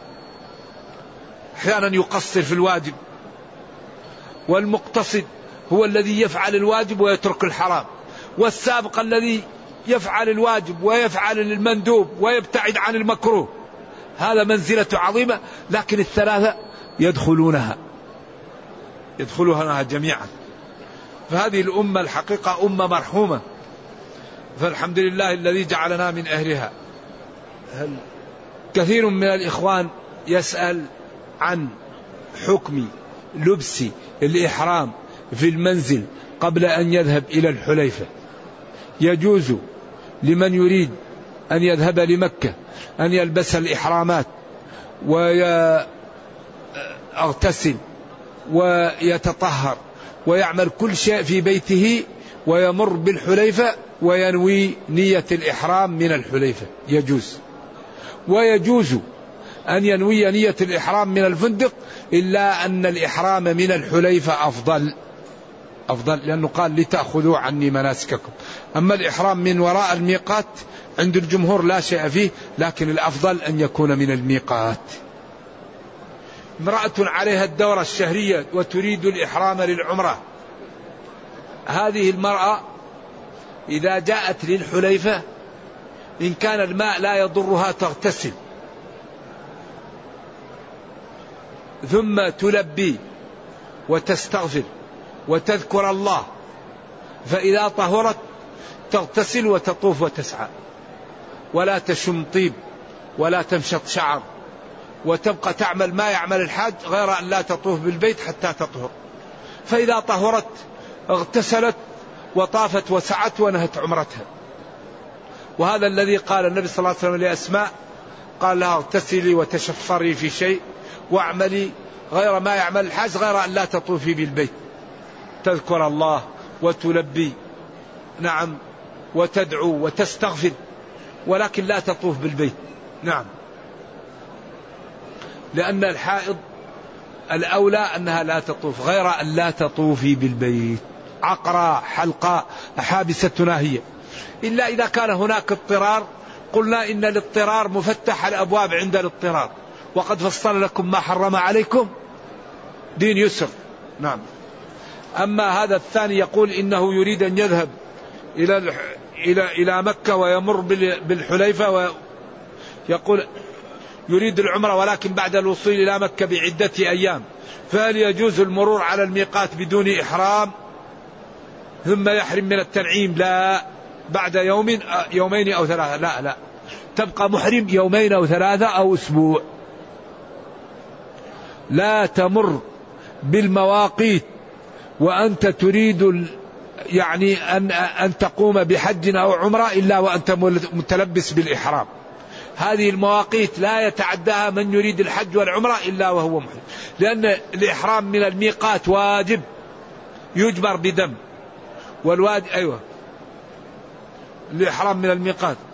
أحيانا يقصر في الواجب. والمقتصد هو الذي يفعل الواجب ويترك الحرام، والسابق الذي يفعل الواجب ويفعل المندوب ويبتعد عن المكروه. هذا منزلة عظيمة، لكن الثلاثة يدخلونها يدخلونها جميعا. فهذه الأمة الحقيقة أمة مرحومة، فالحمد لله الذي جعلنا من أهلها. كثير من الإخوان يسأل عن حكم لبس الإحرام في المنزل قبل أن يذهب إلى الحليفة. يجوز لمن يريد أن يذهب لمكة أن يلبس الإحرامات ويغتسل ويتطهر ويعمل كل شيء في بيته ويمر بالحليفة وينوي نية الإحرام من الحليفة، يجوز. ويجوز أن ينوي نية الإحرام من الفندق، إلا أن الإحرام من الحليفة أفضل أفضل لأنه قال لتأخذوا عني مناسككم. أما الإحرام من وراء الميقات عند الجمهور لا شيء فيه، لكن الأفضل أن يكون من الميقات. امرأة عليها الدورة الشهرية وتريد الإحرام للعمرة، هذه المرأة إذا جاءت للحليفة إن كان الماء لا يضرها تغتسل، ثم تلبي وتستغفر وتذكر الله، فإذا طهرت تغتسل وتطوف وتسعى، ولا تشم طيب ولا تمشط شعر، وتبقى تعمل ما يعمل الحاج غير أن لا تطوف بالبيت حتى تطهر. فإذا طهرت اغتسلت وطافت وسعت ونهت عمرتها. وهذا الذي قال النبي صلى الله عليه وسلم لأسماء، قال لها اغتسلي وتشفري في شيء واعملي غير ما يعمل الحاج غير أن لا تطوفي بالبيت، تذكر الله وتلبي نعم وتدعو وتستغفر، ولكن لا تطوف بالبيت. نعم، لأن الحائض الأولى أنها لا تطوف غير أن لا تطوفي بالبيت. عقراء حلقاء حابسة ناهية، إلا إذا كان هناك اضطرار. قلنا إن الاضطرار مفتح الأبواب عند الاضطرار، وقد فصل لكم ما حرم عليكم، دين يسر. نعم. أما هذا الثاني يقول إنه يريد أن يذهب إلى إلى إلى مكة ويمر بالحليفة، ويقول يريد العمرة ولكن بعد الوصول إلى مكة بعدة أيام، فهل يجوز المرور على الميقات بدون إحرام ثم يحرم من التنعيم؟ لا، بعد يوم يومين أو ثلاثة. لا لا، تبقى محرم يومين أو ثلاثة أو أسبوع. لا تمر بالمواقيت وأنت تريد يعني أن أن تقوم بحج أو عمرة إلا وأنت متلبس بالإحرام. هذه المواقيت لا يتعداها من يريد الحج والعمرة إلا وهو محرم، لأن الإحرام من الميقات واجب يجبر بدم، والواجب أيوة الإحرام من الميقات